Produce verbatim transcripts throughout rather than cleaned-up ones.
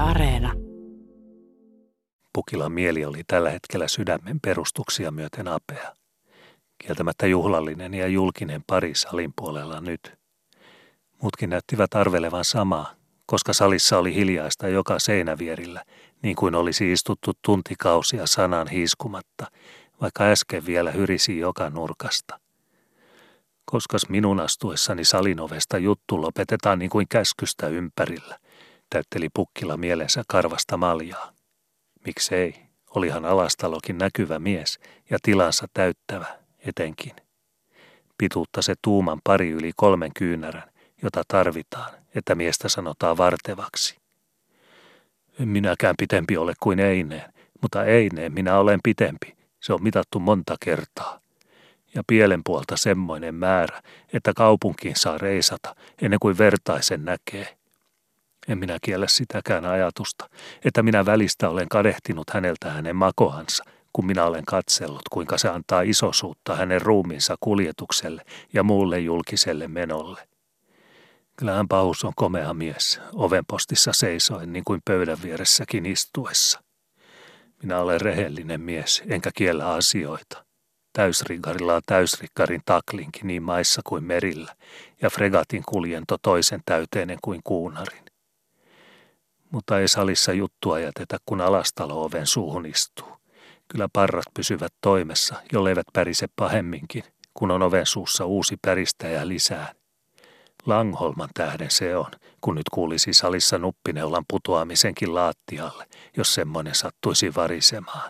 Areena. Pukilan mieli oli tällä hetkellä sydämen perustuksia myöten apea. Kieltämättä juhlallinen ja julkinen pari salin puolella nyt. Muutkin näyttivät arvelevan samaa, koska salissa oli hiljaista joka seinävierillä, niin kuin olisi istuttu tuntikausia sanan hiiskumatta, vaikka äsken vielä hyrisi joka nurkasta. Koskas minun astuessani salin ovesta juttu lopetetaan niin kuin käskystä ympärillä, täytteli Pukkila mielensä karvasta maljaa. Miksei, olihan Alastalokin näkyvä mies ja tilansa täyttävä etenkin. Pituutta se tuuman pari yli kolmen kyynärän, jota tarvitaan, että miestä sanotaan vartevaksi. En minäkään pitempi ole kuin Eineen, mutta Eineen minä olen pitempi, se on mitattu monta kertaa. Ja pielen puolta semmoinen määrä, että kaupunkiin saa reisata ennen kuin vertaisen näkee. En minä kiellä sitäkään ajatusta, että minä välistä olen kadehtinut häneltä hänen makohansa, kun minä olen katsellut, kuinka se antaa isosuutta hänen ruumiinsa kuljetukselle ja muulle julkiselle menolle. Kyllähän Pahus on komea mies, ovenpostissa seisoen niin kuin pöydän vieressäkin istuessa. Minä olen rehellinen mies, enkä kiellä asioita. Täysriggarilla on täysriggarin taklinki niin maissa kuin merillä, ja fregatin kuljento toisen täyteinen kuin kuunarin. Mutta ei salissa juttua jätetä, kun Alastalo oven suuhun istuu. Kyllä parrat pysyvät toimessa, jolleivät pärise pahemminkin, kun on oven suussa uusi päristäjä lisää. Langholman tähden se on, kun nyt kuulisi salissa nuppineulan putoamisenkin laattialle, jos semmoinen sattuisi varisemaan.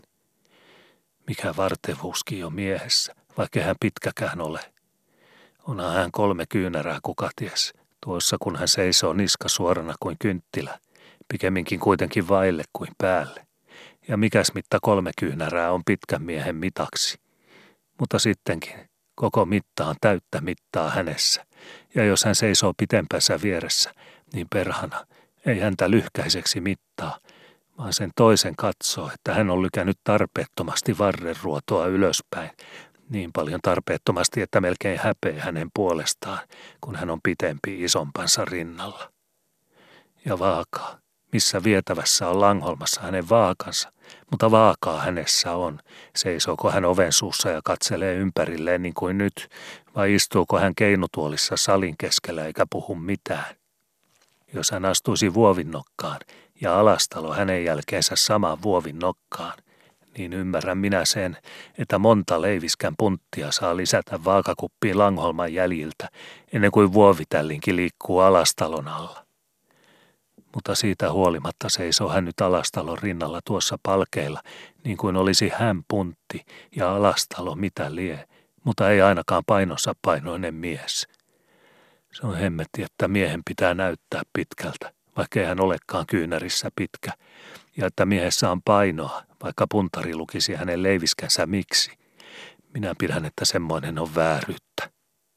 Mikä vartevuuskin on miehessä, vaikka hän pitkäkään ole. Onhan hän kolme kyynärää kukaties, tuossa kun hän seisoo niska suorana kuin kynttilä, pikemminkin kuitenkin vaille kuin päälle. Ja mikäs mitta kolme kyynärää on pitkän miehen mitaksi. Mutta sittenkin koko mitta on täyttä mittaa hänessä, ja jos hän seisoo pitempänsä vieressä, niin perhana ei häntä lyhkäiseksi mittaa, vaan sen toisen katsoo, että hän on lykännyt tarpeettomasti varrenruotoa ylöspäin, niin paljon tarpeettomasti, että melkein häpeä hänen puolestaan, kun hän on pitempi isompansa rinnalla. Ja vaakaa, missä vietävässä on Langholmassa hänen vaakansa, mutta vaakaa hänessä on, seisooko hän oven suussa ja katselee ympärilleen niin kuin nyt, vai istuuko hän keinutuolissa salin keskellä eikä puhu mitään. Jos hän astuisi vuovin nokkaan, ja Alastalo hänen jälkeensä samaan vuovin nokkaan, niin ymmärrän minä sen, että monta leiviskän punttia saa lisätä vaakakuppiin Langholman jäljiltä, ennen kuin vuovitällinkin liikkuu Alastalon alla. Mutta siitä huolimatta seisoo hän nyt Alastalon rinnalla tuossa palkeilla, niin kuin olisi hän puntti ja Alastalo mitä lie, mutta ei ainakaan painonsa painoinen mies. Se on hemmetti, että miehen pitää näyttää pitkältä, vaikka ei hän olekaan kyynärissä pitkä, ja että miehessä on painoa, vaikka puntari lukisi hänen leiviskänsä miksi. Minä pidän, että semmoinen on vääryyttä.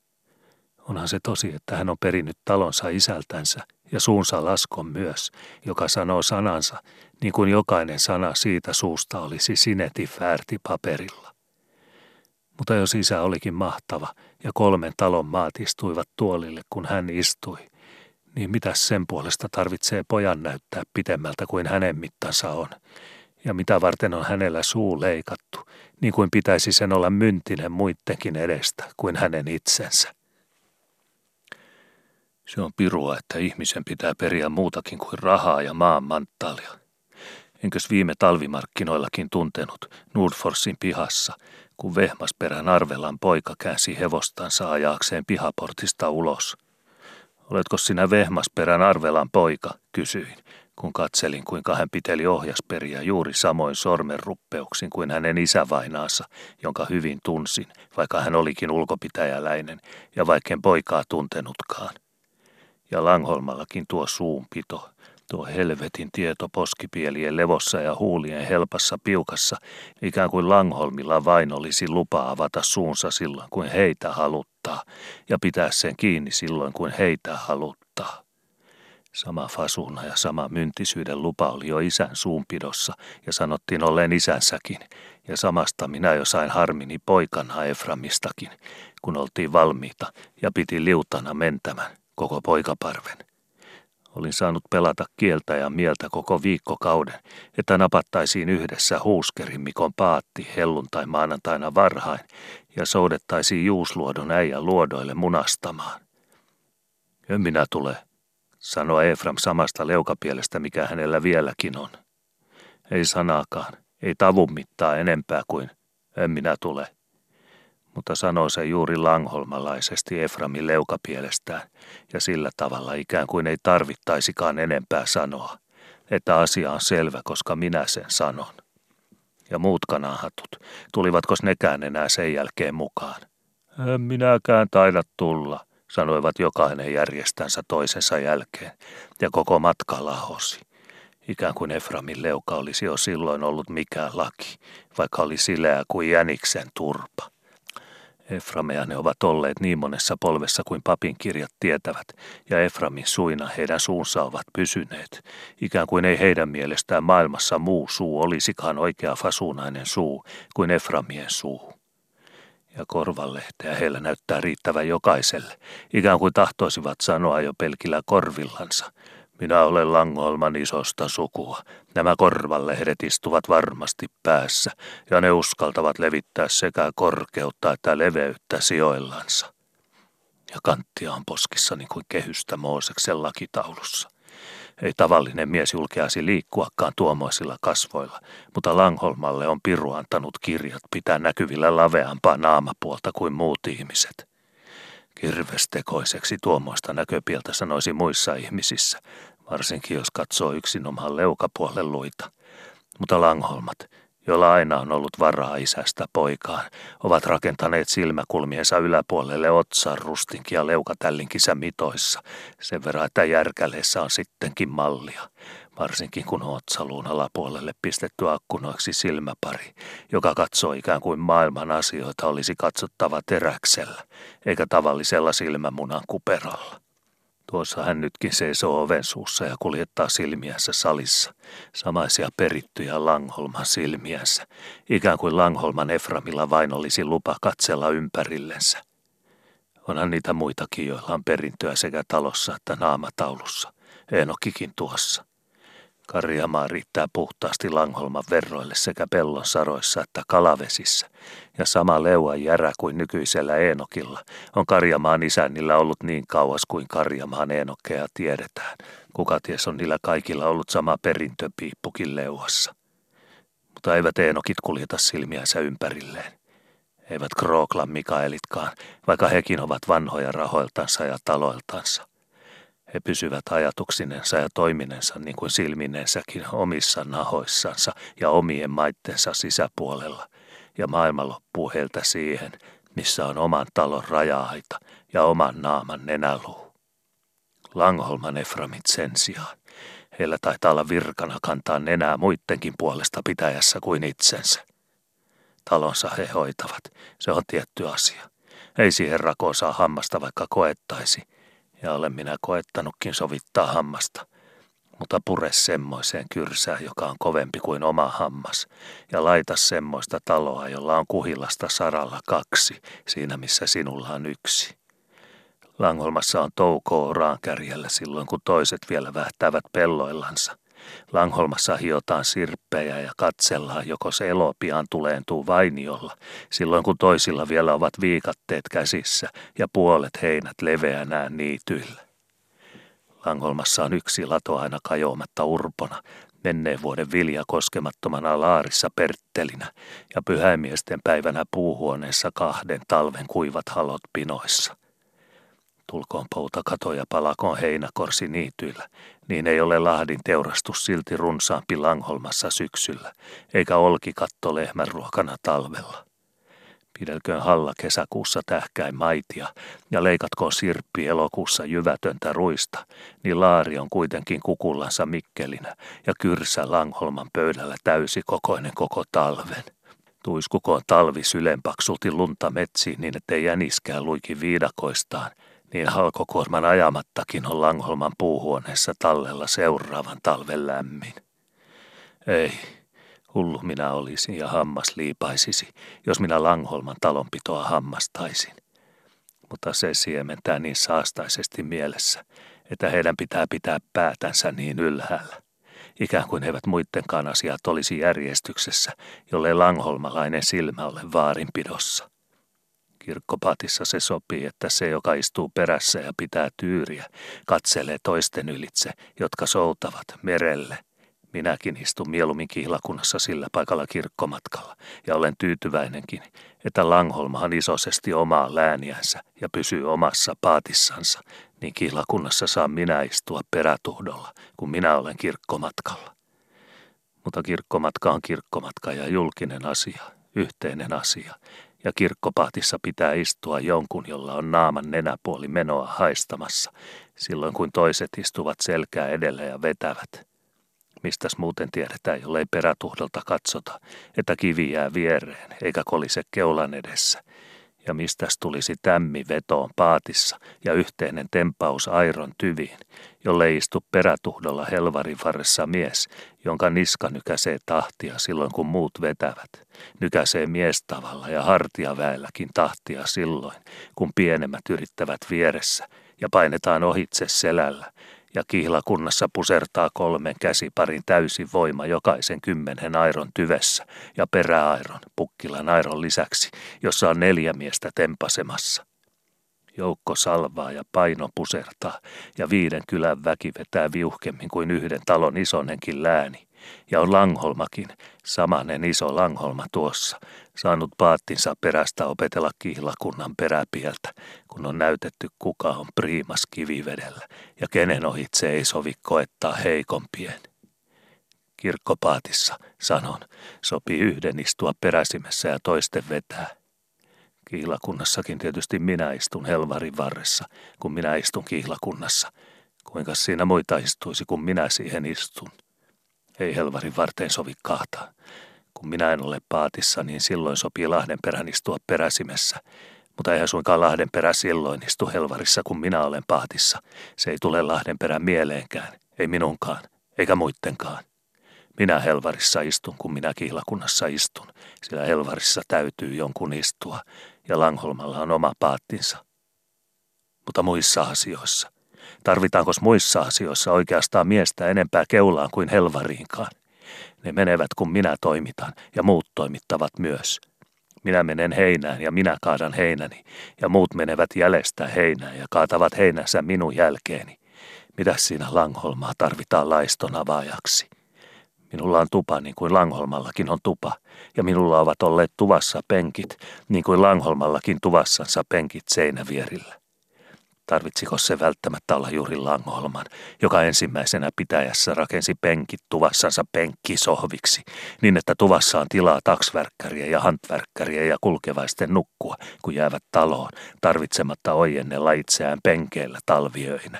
Onhan se tosi, että hän on perinnyt talonsa isältänsä ja suunsa laskon myös, joka sanoo sanansa, niin kuin jokainen sana siitä suusta olisi sinetin väärti paperilla. Mutta jos isä olikin mahtava ja kolmen talon maat istuivat tuolille, kun hän istui, niin mitäs sen puolesta tarvitsee pojan näyttää pitemmältä kuin hänen mittansa on, ja mitä varten on hänellä suu leikattu, niin kuin pitäisi sen olla myntinen muittenkin edestä kuin hänen itsensä. Se on pirua, että ihmisen pitää periä muutakin kuin rahaa ja maan manttaalia. Enkös viime talvimarkkinoillakin tuntenut Nordforsin pihassa, kun Vehmasperän Arvelan poika käänsi hevostansa ajaakseen pihaportista ulos. Oletko sinä Vehmasperän Arvelan poika, kysyin, kun katselin, kuinka hän piteli ohjasperiä juuri samoin sormenruppeuksin kuin hänen isävainaansa, jonka hyvin tunsin, vaikka hän olikin ulkopitäjäläinen ja vaikken poikaa tuntenutkaan. Ja Langholmallakin tuo suunpito, tuo helvetin tieto poskipielien levossa ja huulien helpassa piukassa, ikään kuin Langholmilla vain olisi lupa avata suunsa silloin, kun heitä haluttaa, ja pitää sen kiinni silloin, kun heitä haluttaa. Sama fasuna ja sama myntisyyden lupa oli jo isän suunpidossa, ja sanottiin olleen isänsäkin, ja samasta minä jo sain harmini poikana Eframistakin, kun oltiin valmiita ja piti liutana mentämän koko poikaparven. Olin saanut pelata kieltä ja mieltä koko viikkokauden, että napattaisiin yhdessä Huuskerin Mikon paatti helluntai maanantaina varhain ja soudettaisiin Juusluodon äijän luodoille munastamaan. En minä tule, sanoi Efram samasta leukapielestä, mikä hänellä vieläkin on. Ei sanaakaan, ei tavun mittaa enempää kuin en minä tule. Mutta sanoi se juuri langholmalaisesti Eframin leukapielestään ja sillä tavalla ikään kuin ei tarvittaisikaan enempää sanoa, että asia on selvä, koska minä sen sanon. Ja muut kanahatut, tulivatko nekään enää sen jälkeen mukaan? En minäkään taida tulla, sanoivat jokainen järjestänsä toisensa jälkeen, ja koko matka lahosi. Ikään kuin Eframin leuka olisi jo silloin ollut mikään laki, vaikka oli sileä kuin jäniksen turpa. Eframeja ne ovat olleet niin monessa polvessa kuin papin kirjat tietävät, ja Eframin suina heidän suunsa ovat pysyneet, ikään kuin ei heidän mielestään maailmassa muu suu olisikaan oikea fasuunainen suu kuin Eframien suu. Ja korvanlehteä heillä näyttää riittävän jokaiselle, ikään kuin tahtoisivat sanoa jo pelkillä korvillansa. Minä olen Langholman isosta sukua. Nämä korvanlehdet istuvat varmasti päässä, ja ne uskaltavat levittää sekä korkeutta että leveyttä sijoillansa. Ja kanttia on poskissa niin kuin kehystä Mooseksen lakitaulussa. Ei tavallinen mies julkeasi liikkuakaan tuommoisilla kasvoilla, mutta Langholmalle on piru antanut kirjat pitää näkyvillä laveampaa naamapuolta kuin muut ihmiset. Kirvestekoiseksi tuommoista näköpieltä sanoisi muissa ihmisissä, varsinkin jos katsoo yksinomaan leukapuolen luita. Mutta Langholmat, joilla aina on ollut varaa isästä poikaan, ovat rakentaneet silmäkulmiensa yläpuolelle otsan rustinkin ja leukatällinkinsä mitoissa, sen verran, että järkäleissä on sittenkin mallia, varsinkin kun on otsaluun alapuolelle pistetty akkunoiksi silmäpari, joka katsoo ikään kuin maailman asioita olisi katsottava teräksellä, eikä tavallisella silmämunan kuperalla. Tuossa hän nytkin seisoo oven suussa ja kuljettaa silmiänsä salissa, samaisia perittyjä Langholman silmiänsä, ikään kuin Langholman Eframilla vain olisi lupa katsella ympärillensä. Onhan niitä muitakin, joilla on perintöä sekä talossa että naamataulussa, Eenokkikin tuossa. Karjamaa riittää puhtaasti Langholman verroille sekä pellon saroissa että kalavesissä, ja sama leuan järä kuin nykyisellä Eenokilla on Karjamaan isännillä ollut niin kauas kuin Karjamaan Eenokkeja tiedetään. Kuka ties on niillä kaikilla ollut sama perintöpiippukin leuassa. Mutta eivät Eenokit kuljeta silmiänsä ympärilleen. Eivät Krooklan Mikaelitkaan, vaikka hekin ovat vanhoja rahoiltansa ja taloiltansa. He pysyvät ajatuksinensa ja toiminensa niin kuin silminensäkin omissa nahoissansa ja omien maittensa sisäpuolella, ja maailma loppuu heiltä siihen, missä on oman talon raja-aita ja oman naaman nenäluu. Langholman Eframit sen sijaan, heillä taitaa olla virkana kantaa nenää muittenkin puolesta pitäjässä kuin itsensä. Talonsa he hoitavat, se on tietty asia. Ei siihen rakoon saa hammasta, vaikka koettaisi. Ja olen minä koettanutkin sovittaa hammasta, mutta pure semmoiseen kyrsään, joka on kovempi kuin oma hammas, ja laita semmoista taloa, jolla on kuhilasta saralla kaksi, siinä missä sinulla on yksi. Langholmassa on touko oraankärjellä silloin, kun toiset vielä vähtäävät pelloillansa. Langholmassa hiotaan sirppejä ja katsellaan, joko se elo pian tuleentuu vainiolla, silloin kun toisilla vielä ovat viikatteet käsissä ja puolet heinät leveänään niityillä. Langholmassa on yksi lato aina kajoamatta urpona, menneen vuoden vilja koskemattomana laarissa perttelinä ja pyhäinmiesten päivänä puuhuoneessa kahden talven kuivat halot pinoissa. Tulkoon poutakato ja palakoon heinäkorsi niityillä, niin ei ole lahdin teurastus silti runsaampi Langholmassa syksyllä, eikä olkikatto lehmän ruokana talvella. Pidelköön halla kesäkuussa tähkäin maitia ja leikatkoon sirppi elokuussa jyvätöntä ruista, niin laari on kuitenkin kukullansa mikkelinä ja kyrsä Langholman pöydällä täysi kokoinen koko talven. Tuiskukoon talvi sylenpaksulti lunta metsiin niin, ettei jäniskään luiki viidakoistaan, niin halkokuorman ajamattakin on Langholman puuhuoneessa tallella seuraavan talven lämmin. Ei, hullu minä olisin ja hammas liipaisisi, jos minä Langholman talonpitoa hammastaisin. Mutta se siementää niin saastaisesti mielessä, että heidän pitää pitää päätänsä niin ylhäällä. Ikään kuin eivät muittenkaan asiat olisi järjestyksessä, jollei langholmalainen silmä ole vaarinpidossa. Kirkkopaatissa se sopii, että se, joka istuu perässä ja pitää tyyriä, katselee toisten ylitse, jotka soutavat merelle. Minäkin istun mieluummin kihlakunnassa sillä paikalla kirkkomatkalla, ja olen tyytyväinenkin, että Langholmahan isoisesti omaa lääniänsä ja pysyy omassa paatissansa, niin kihlakunnassa saan minä istua perätuhdolla, kun minä olen kirkkomatkalla. Mutta kirkkomatka on kirkkomatka ja julkinen asia, yhteinen asia, ja kirkkopaatissa pitää istua jonkun, jolla on naaman nenäpuoli menoa haistamassa, silloin kun toiset istuvat selkää edellä ja vetävät. Mistäs muuten tiedetään, jollei perätuhdolta katsota, että kivi jää viereen eikä kolise keulan edessä. Ja mistäs tulisi tämmi vetoon paatissa ja yhteinen tempaus airon tyviin, jollei istu perätuhdolla helvarin varressa mies, jonka niska nykäsee tahtia silloin kun muut vetävät. Nykäsee miestavalla ja hartiaväelläkin tahtia silloin, kun pienemmät yrittävät vieressä ja painetaan ohitse selällä. Ja kihlakunnassa pusertaa kolmen käsiparin täysi voima jokaisen kymmenen airon tyvessä ja peräairon, pukkilan airon lisäksi, jossa on neljä miestä tempasemassa. Joukko salvaa ja paino pusertaa ja viiden kylän väki vetää viuhkemmin kuin yhden talon isonenkin lääni. Ja on Langholmakin, samanen iso Langholma tuossa, saanut paattinsa perästä opetella kihlakunnan peräpieltä, kun on näytetty kuka on priimas kivivedellä ja kenen ohitse ei sovi koettaa heikompien. Kirkkopaatissa, sanon, sopii yhden istua peräsimessä ja toisten vetää. Kihlakunnassakin tietysti minä istun helvarin varressa, kun minä istun kihlakunnassa. Kuinka siinä muita istuisi, kun minä siihen istun? Ei helvarin varteen sovi kahta. Kun minä en ole paatissa, niin silloin sopii Lahdenperän istua peräsimessä. Mutta eihän suinkaan Lahdenperä silloin istu helvarissa, kun minä olen paatissa. Se ei tule Lahdenperän mieleenkään, ei minunkaan, eikä muittenkaan. Minä helvarissa istun, kun minä kihlakunnassa istun, sillä helvarissa täytyy jonkun istua, ja Langholmalla on oma paattinsa. Mutta muissa asioissa. Tarvitaanko muissa asioissa oikeastaan miestä enempää keulaan kuin helvariinkaan? Ne menevät, kun minä toimitan, ja muut toimittavat myös. Minä menen heinään ja minä kaadan heinäni, ja muut menevät jäljestä heinään ja kaatavat heinänsä minun jälkeeni. Mitäs siinä Langholmaa tarvitaan laiston avaajaksi? Minulla on tupa niin kuin Langholmallakin on tupa, ja minulla ovat olleet tuvassa penkit, niin kuin Langholmallakin tuvassansa penkit seinävierillä. Tarvitsiko se välttämättä olla juuri Langholman, joka ensimmäisenä pitäjässä rakensi penkit tuvassansa penkkisohviksi, niin että tuvassa on tilaa taksvärkkäriä ja hantvärkkäriä ja kulkevaisten nukkua, kun jäävät taloon, tarvitsematta ojennella itseään penkeillä talviöinä.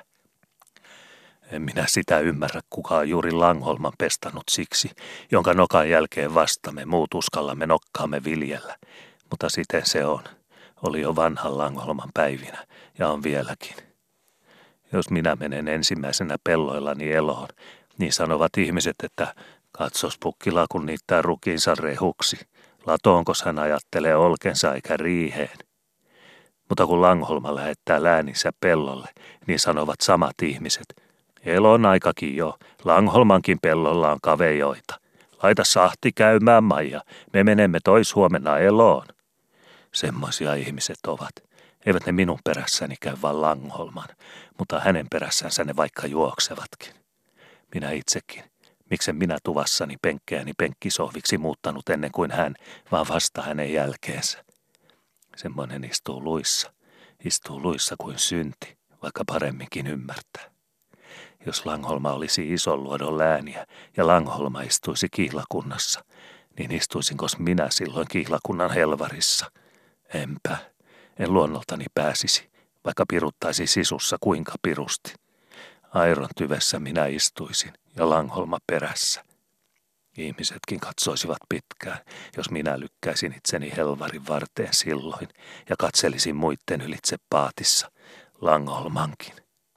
En minä sitä ymmärrä, kuka on juuri Langholman pestannut siksi, jonka nokan jälkeen vasta me muut uskallamme nokkaamme viljellä, mutta siten se on. Oli jo vanhan Langholman päivinä ja on vieläkin. Jos minä menen ensimmäisenä pelloillani eloon, niin sanovat ihmiset, että katsos pukkila kun niittää rukiinsa rehuksi. Latoonkos hän ajattelee olkensa eikä riiheen. Mutta kun Langholma lähettää lääninsä pellolle, niin sanovat samat ihmiset, elon aikakin jo, Langholmankin pellolla on kavejoita. Laita sahti käymään, Maija, me menemme tois huomenna eloon. Semmoisia ihmiset ovat. Eivät ne minun perässäni käy vaan Langholman, mutta hänen perässänsä ne vaikka juoksevatkin. Minä itsekin. Miksen minä tuvassani penkkeäni penkkisohviksi muuttanut ennen kuin hän, vaan vasta hänen jälkeensä. Semmoinen istuu luissa. Istuu luissa kuin synti, vaikka paremminkin ymmärtää. Jos Langholma olisi ison luodon lääniä ja Langholma istuisi kihlakunnassa, niin istuisinkos minä silloin kihlakunnan helvarissa? Enpä. En luonnoltani pääsisi, vaikka piruttaisi sisussa kuinka pirusti. Airon tyvessä minä istuisin ja Langholma perässä. Ihmisetkin katsoisivat pitkään, jos minä lykkäisin itseni helvarin varteen silloin ja katselisin muitten ylitse paatissa, Langholmankin.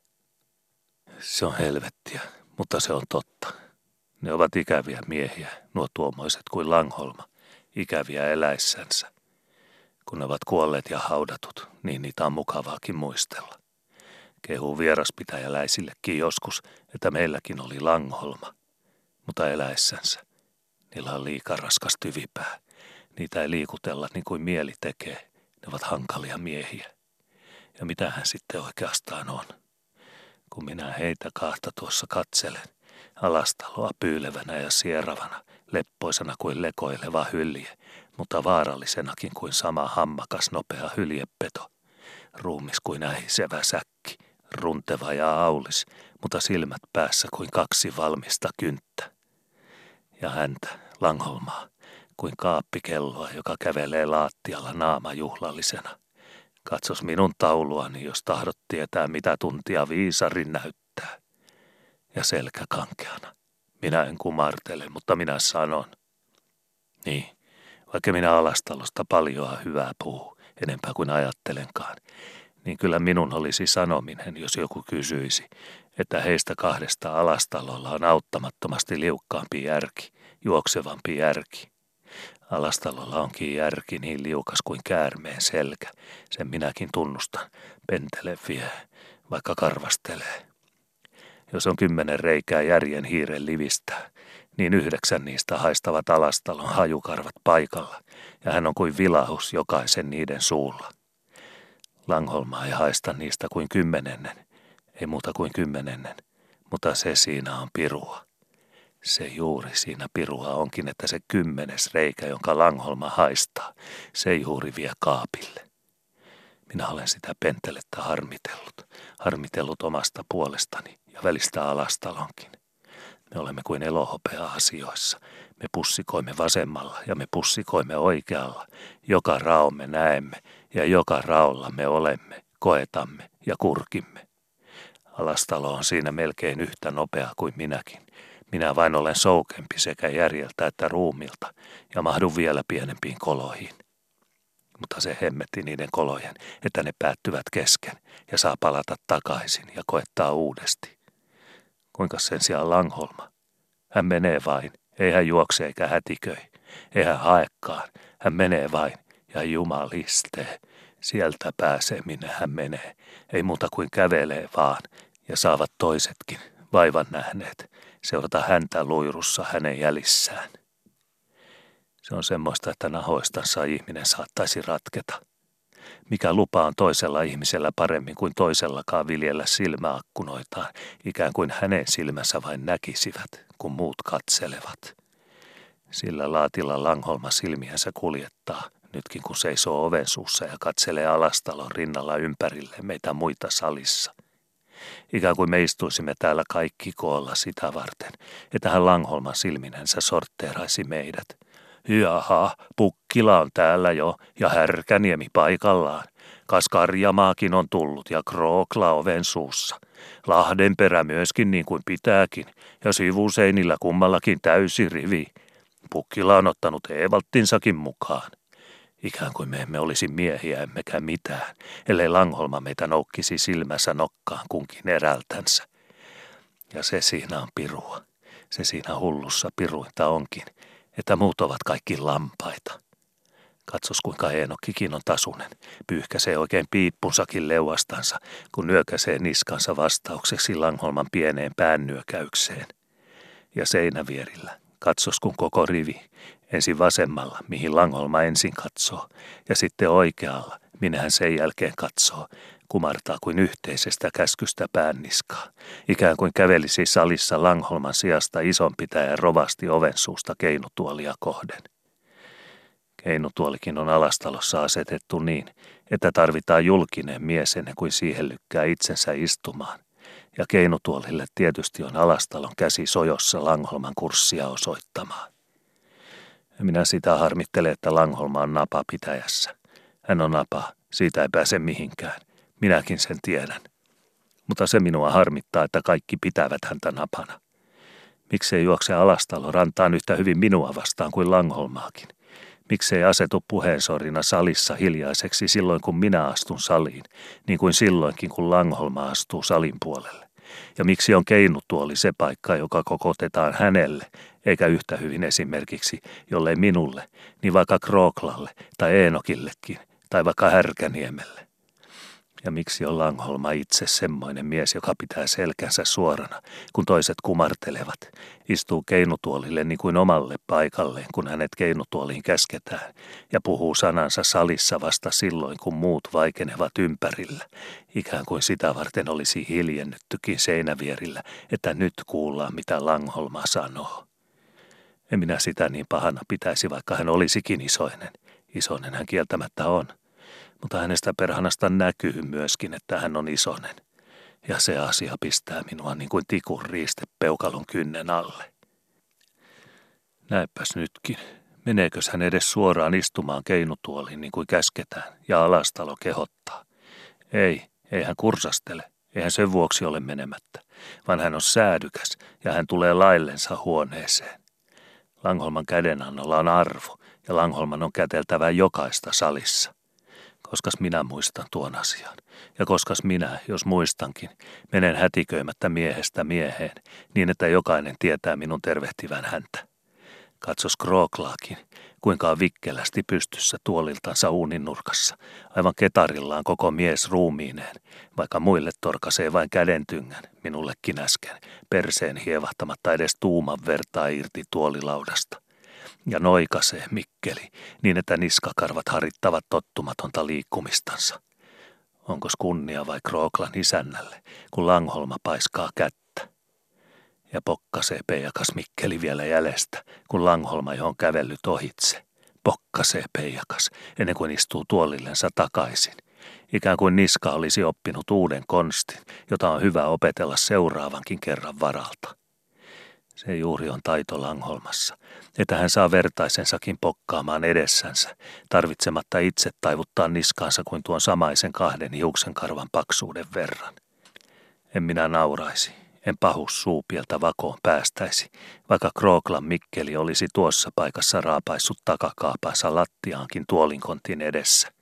Se on helvettiä, mutta se on totta. Ne ovat ikäviä miehiä, nuo tuomoiset kuin Langholma, ikäviä eläissänsä. Kun ne ovat kuolleet ja haudatut, niin niitä on mukavaakin muistella. Kehuu vieraspitäjäläisillekin joskus, että meilläkin oli Langholma. Mutta eläessänsä, niillä on liika raskas tyvipää. Niitä ei liikutella niin kuin mieli tekee. Ne ovat hankalia miehiä. Ja mitähän sitten oikeastaan on? Kun minä heitä kahta tuossa katselen, alastaloa pyylevänä ja sieravana, leppoisena kuin lekoileva hylje, mutta vaarallisenakin kuin sama hammakas nopea hyljepeto. Ruumis kuin ähisevä säkki, runteva ja aulis, mutta silmät päässä kuin kaksi valmista kynttä. Ja häntä, Langholmaa, kuin kaappikelloa, joka kävelee laattialla naama juhlallisena. Katsos minun tauluani, jos tahdot tietää, mitä tuntia viisari näyttää. Ja selkä kankeana. Minä en kumartele, mutta minä sanon. Niin, vaikka minä Alastalosta paljoa hyvää puhu, enempää kuin ajattelenkaan, niin kyllä minun olisi sanominen, jos joku kysyisi, että heistä kahdesta Alastalolla on auttamattomasti liukkaampi järki, juoksevampi järki. Alastalolla onkin järki niin liukas kuin käärmeen selkä, sen minäkin tunnustan, pentele vie, vaikka karvastelee. Jos on kymmenen reikää järjen hiiren livistää, niin yhdeksän niistä haistavat Alastalon hajukarvat paikalla, ja hän on kuin vilahus jokaisen niiden suulla. Langholma ei haista niistä kuin kymmenennen, ei muuta kuin kymmenennen, mutta se siinä on pirua. Se juuri siinä pirua onkin, että se kymmenes reikä, jonka Langholma haistaa, se juuri vie kaapille. Minä olen sitä pentelettä harmitellut, harmitellut omasta puolestani ja välistä Alastalonkin. Me olemme kuin elohopea asioissa. Me pussikoimme vasemmalla ja me pussikoimme oikealla. Joka raon me näemme ja joka raolla me olemme, koetamme ja kurkimme. Alastalo on siinä melkein yhtä nopea kuin minäkin. Minä vain olen soukempi sekä järjeltä että ruumilta ja mahdun vielä pienempiin koloihin. Mutta se hemmetti niiden kolojen, että ne päättyvät kesken ja saa palata takaisin ja koettaa uudesti. Kuinka sen sijaan Langholma? Hän menee vain, ei hän juokse eikä hätiköi, ei hän haekaan, hän menee vain ja jumalistee. Sieltä pääsee minne hän menee, ei muuta kuin kävelee vaan ja saavat toisetkin, vaivan nähneet, seurata häntä luirussa hänen jäljissään. Se on semmoista, että nahoistansa ihminen saattaisi ratketa. Mikä lupa on toisella ihmisellä paremmin kuin toisellakaan viljellä silmäakkunoitaan, ikään kuin hänen silmänsä vain näkisivät, kun muut katselevat. Sillä laatilla Langholma silmiänsä kuljettaa, nytkin kun seisoo oven suussa ja katselee Alastalon rinnalla ympärille meitä muita salissa. Ikään kuin me istuisimme täällä kaikki koolla sitä varten, että hän Langholman silminensä sortteeraisi meidät. Jaha, Pukkila on täällä jo ja Härkäniemi paikallaan. Kas Karjamaakin on tullut ja Krookla oven suussa. Lahdenperä myöskin niin kuin pitääkin ja sivuseinillä kummallakin täysi rivi. Pukkila on ottanut Eevalttinsakin mukaan. Ikään kuin me emme olisi miehiä emmekä mitään, ellei Langholma meitä noukkisi silmässä nokkaan kunkin erältänsä. Ja se siinä on pirua. Se siinä hullussa piruinta onkin, että muut ovat kaikki lampaita. Katsos kuinka Eenokkikin on tasunen, pyyhkäsee oikein piippunsakin leuastansa, kun nyökäsee niskansa vastaukseksi Langholman pieneen päännyökäykseen. Ja seinävierillä, katsos kun koko rivi, ensin vasemmalla, mihin Langholma ensin katsoo, ja sitten oikealla, minne hän sen jälkeen katsoo, kumartaa kuin yhteisestä käskystä päänniskaa, ikään kuin kävelisi salissa Langholman sijasta isonpitäjän rovasti oven suusta keinutuolia kohden. Keinutuolikin on Alastalossa asetettu niin, että tarvitaan julkinen mies ennen kuin siihen lykkää itsensä istumaan, ja keinutuolille tietysti on Alastalon käsi sojossa Langholman kurssia osoittamaan. Minä sitä harmittelen, että Langholma on napa pitäjässä. Hän on napa, siitä ei pääse mihinkään. Minäkin sen tiedän. Mutta se minua harmittaa, että kaikki pitävät häntä napana. Miksei juokse Alastalo rantaan yhtä hyvin minua vastaan kuin Langholmaakin? Miksei asetu puheensorina salissa hiljaiseksi silloin, kun minä astun saliin, niin kuin silloinkin, kun Langholma astuu salin puolelle? Ja miksi on keinutuoli se paikka, joka kokotetaan hänelle, eikä yhtä hyvin esimerkiksi, jollei minulle, niin vaikka Krooklalle tai Eenokillekin, tai vaikka Härkäniemelle? Ja miksi on Langholma itse semmoinen mies, joka pitää selkänsä suorana, kun toiset kumartelevat, istuu keinutuolille niin kuin omalle paikalleen, kun hänet keinutuoliin käsketään, ja puhuu sanansa salissa vasta silloin, kun muut vaikenevat ympärillä, ikään kuin sitä varten olisi hiljennyttykin seinävierillä, että nyt kuullaan, mitä Langholma sanoo. En minä sitä niin pahana pitäisi, vaikka hän olisikin isoinen. Isoinen hän kieltämättä on. Mutta hänestä perhanasta näkyy myöskin, että hän on isoinen. Ja se asia pistää minua niin kuin tikun riiste peukalon kynnen alle. Näepäs nytkin. Meneekös hän edes suoraan istumaan keinutuoliin niin kuin käsketään ja Alastalo kehottaa? Ei, ei hän kursastele. Eihän sen vuoksi ole menemättä, vaan hän on säädykäs ja hän tulee laillensa huoneeseen. Langholman kädenannolla on arvo ja Langholman on käteltävä jokaista salissa. Koskas minä muistan tuon asian, ja koskas minä, jos muistankin, menen hätiköimättä miehestä mieheen, niin että jokainen tietää minun tervehtivän häntä. Katsos Krooklaakin, kuinka on vikkelästi pystyssä tuoliltansa uunin nurkassa, aivan ketarillaan koko mies ruumiineen, vaikka muille torkasee vain kädentyngän, minullekin äsken, perseen hievahtamatta edes tuuman vertaa irti tuolilaudasta. Ja noikasee Mikkeli, niin että niskakarvat harittavat tottumatonta liikkumistansa. Onkos kunnia vai Krooklan isännälle, kun Langholma paiskaa kättä? Ja pokkasee peijakas Mikkeli vielä jäljestä, kun Langholma jo on kävellyt ohitse. Pokkasee peijakas, ennen kuin istuu tuolillensa takaisin. Ikään kuin niska olisi oppinut uuden konstin, jota on hyvä opetella seuraavankin kerran varalta. Se juuri on taito Langholmassa, että hän saa vertaisensakin pokkaamaan edessänsä, tarvitsematta itse taivuttaa niskaansa kuin tuon samaisen kahden hiuksenkarvan paksuuden verran. En minä nauraisi, en pahus suupieltä vakoon päästäisi, vaikka Krooklan Mikkeli olisi tuossa paikassa raapaissut takakaapaansa lattiaankin tuolinkontin edessä.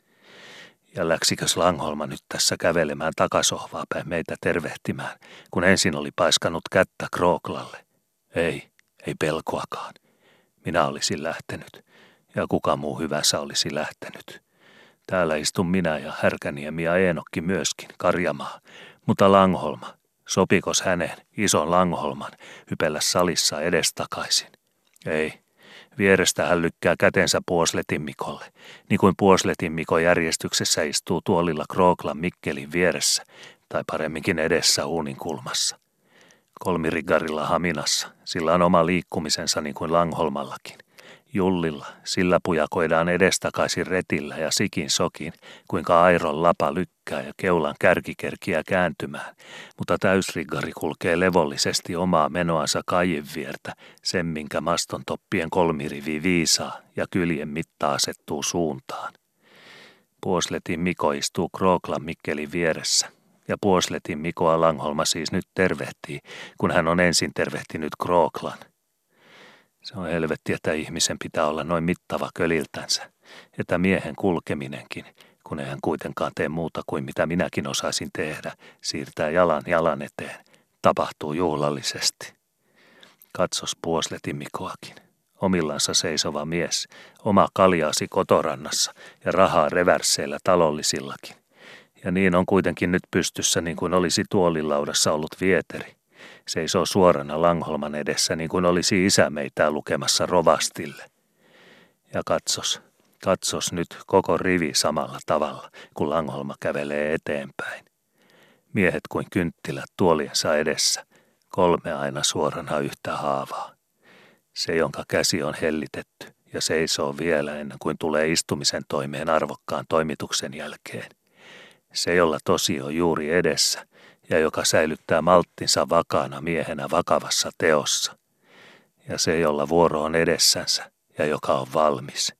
Ja läksikös Langholma nyt tässä kävelemään takasohvaa päin meitä tervehtimään, kun ensin oli paiskannut kättä Krooklalle? Ei, ei pelkoakaan. Minä olisin lähtenyt, ja kuka muu hyvässä olisi lähtenyt. Täällä istun minä ja Härkäniemi ja Eenokki myöskin, Karjamaa, mutta Langholma, sopikos hänen, ison Langholman, hypellä salissa edestakaisin? Ei, vierestä hän lykkää kätensä Puosletin Mikolle, niin kuin Puosletin Miko järjestyksessä istuu tuolilla Krooklan Mikkelin vieressä, tai paremminkin edessä uunin kulmassa. Kolmiriggarilla Haminassa, sillä on oma liikkumisensa niin kuin Langholmallakin. Jullilla, sillä pujakoidaan edestakaisin retillä ja sikin sokin, kuinka airon lapa lykkää ja keulan kärkikerkiä kääntymään, mutta täysriggari kulkee levollisesti omaa menoansa kaiin viertä, sen minkä maston toppien kolmirivi viisaa ja kyljen mitta asettuu suuntaan. Puosletin Miko istuu Krooklan Mikkelin vieressä. Ja Puosletin Mikoa Langholma siis nyt tervehtii, kun hän on ensin tervehtinyt Krooklan. Se on helvetti, että ihmisen pitää olla noin mittava köliltänsä, että miehen kulkeminenkin, kun ei hän kuitenkaan tee muuta kuin mitä minäkin osaisin tehdä, siirtää jalan jalan eteen, tapahtuu juhlallisesti. Katsos Puosletin Mikoakin, omillansa seisova mies, oma kaljaasi kotorannassa ja rahaa revärsseillä talollisillakin. Ja niin on kuitenkin nyt pystyssä niin kuin olisi tuolilaudassa ollut Vieteri. Seisoo suorana Langholman edessä niin kuin olisi isä meitä lukemassa rovastille. Ja katsos, katsos nyt koko rivi samalla tavalla, kun Langholma kävelee eteenpäin. Miehet kuin kynttilät tuoliensa edessä, kolme aina suorana yhtä haavaa. Se, jonka käsi on hellitetty ja seisoo vielä ennen kuin tulee istumisen toimeen arvokkaan toimituksen jälkeen. Se, jolla tosi on juuri edessä ja joka säilyttää malttinsa vakaana miehenä vakavassa teossa. Ja se, jolla vuoro on edessänsä ja joka on valmis.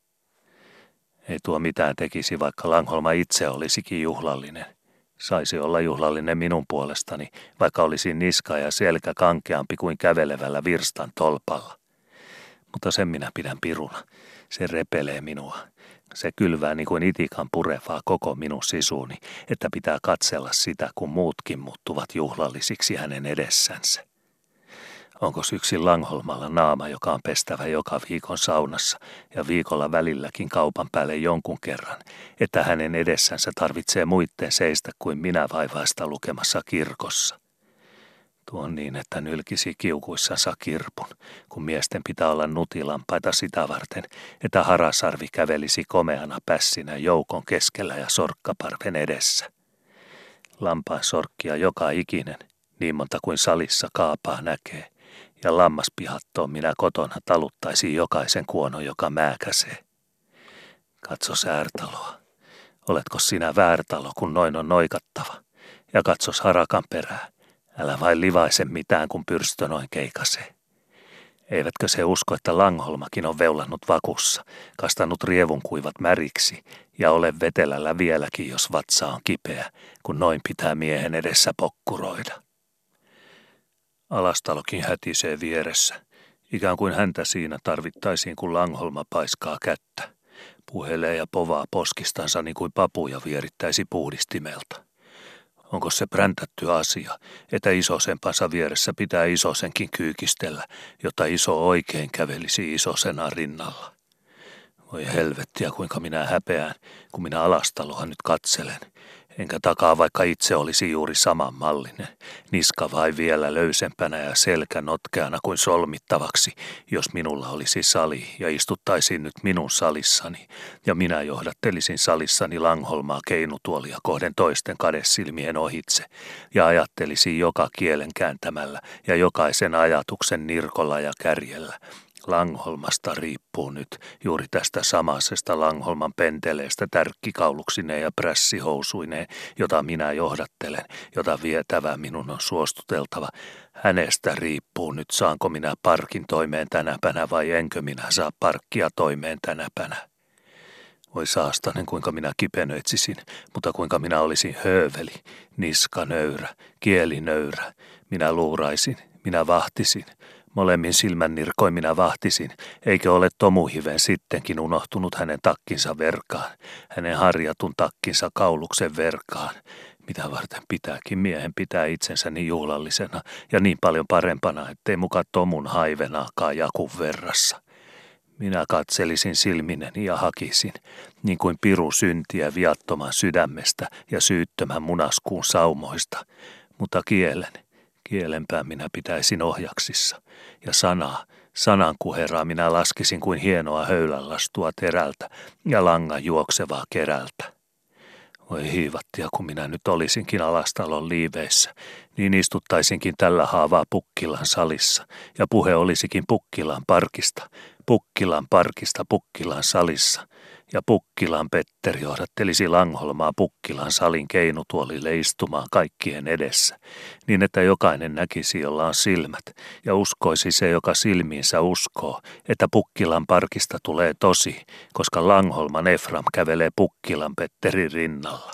Ei tuo mitään tekisi, vaikka Langholma itse olisikin juhlallinen. Saisi olla juhlallinen minun puolestani, vaikka olisin niska ja selkä kankeampi kuin kävelevällä virstan tolpalla. Mutta sen minä pidän piruna. Se repelee minua. Se kylvää niin kuin itikan purevaa koko minun sisuuni, että pitää katsella sitä, kun muutkin muuttuvat juhlallisiksi hänen edessänsä. Onko yksin Langholmalla naama, joka on pestävä joka viikon saunassa ja viikolla välilläkin kaupan päälle jonkun kerran, että hänen edessänsä tarvitsee muitten seistä kuin minä vaivaista lukemassa kirkossa? Tuon niin, että nylkisi kiukuissansa kirpun, kun miesten pitää olla nutilampaita sitä varten, että harasarvi kävelisi komeana pässinä joukon keskellä ja sorkkaparven edessä. Lampaan sorkkia joka ikinen, niin monta kuin salissa kaapaa näkee, ja lammaspihattoon minä kotona taluttaisin jokaisen kuonon, joka määkäsee. Katso säärtaloa. Oletko sinä väärtalo, kun noin on noikattava? Ja katsos harakan perää. Älä vain livaise mitään, kun pyrstö noin keikasee. Eivätkö se usko, että Langholmakin on veulannut vakussa, kastanut rievunkuivat märiksi ja ole vetelällä vieläkin, jos vatsa on kipeä, kun noin pitää miehen edessä pokkuroida. Alastalokin hätisee vieressä, ikään kuin häntä siinä tarvittaisiin, kun Langholma paiskaa kättä. Puhelee ja povaa poskistansa niin kuin papuja vierittäisi puhdistimelta. Onko se präntätty asia, että isosempansa vieressä pitää isosenkin kyykistellä, jotta iso oikein kävelisi isosena rinnalla? Voi helvettiä, kuinka minä häpeään, kun minä Alastaloa nyt katselen. Enkä takaa, vaikka itse olisi juuri samanmallinen, niska vai vielä löysempänä ja selkä notkeana kuin solmittavaksi, jos minulla olisi sali ja istuttaisiin nyt minun salissani, ja minä johdattelisin salissani Langholmaa keinutuolia kohden toisten kadesilmien ohitse, ja ajattelisin joka kielen kääntämällä ja jokaisen ajatuksen nirkolla ja kärjellä. Langholmasta riippuu nyt juuri tästä samaisesta Langholman penteleestä tärkkikauluksineen ja prässihousuineen, jota minä johdattelen, jota vietävä minun on suostuteltava. Hänestä riippuu nyt, saanko minä parkin toimeen tänäpänä vai enkö minä saa parkkia toimeen tänäpänä. Voi saastanen, kuinka minä kipenöitsisin, mutta kuinka minä olisin hööveli, niska nöyrä, kieli nöyrä. Minä luuraisin, minä vahtisin. Molemmin silmän nirkoin minä vahtisin, eikö ole Tomuhiven sittenkin unohtunut hänen takkinsa verkaan, hänen harjatun takkinsa kauluksen verkaan. Mitä varten pitääkin miehen pitää itsensä niin juhlallisena ja niin paljon parempana, ettei muka Tomun haivenaakaan jakun verrassa. Minä katselisin silmineni ja hakisin, niin kuin piru syntiä viattoman sydämestä ja syyttömän munaskuun saumoista, mutta kielen. Kielenpää minä pitäisin ohjaksissa, ja sanaa, sanan kuheraa minä laskisin kuin hienoa höylänlastua terältä ja langan juoksevaa kerältä. Voi hiivattia, kun minä nyt olisinkin Alastalon liiveissä, niin istuttaisinkin tällä haavaa Pukkilan salissa, ja puhe olisikin Pukkilan parkista, Pukkilan parkista Pukkilan salissa, ja Pukkilan Petteri johdattelisi Langholmaa Pukkilan salin keinutuolille istumaan kaikkien edessä, niin että jokainen näkisi, jolla on silmät, ja uskoisi se, joka silmiinsä uskoo, että Pukkilan parkista tulee tosi, koska Langholman Efram kävelee Pukkilan Petterin rinnalla.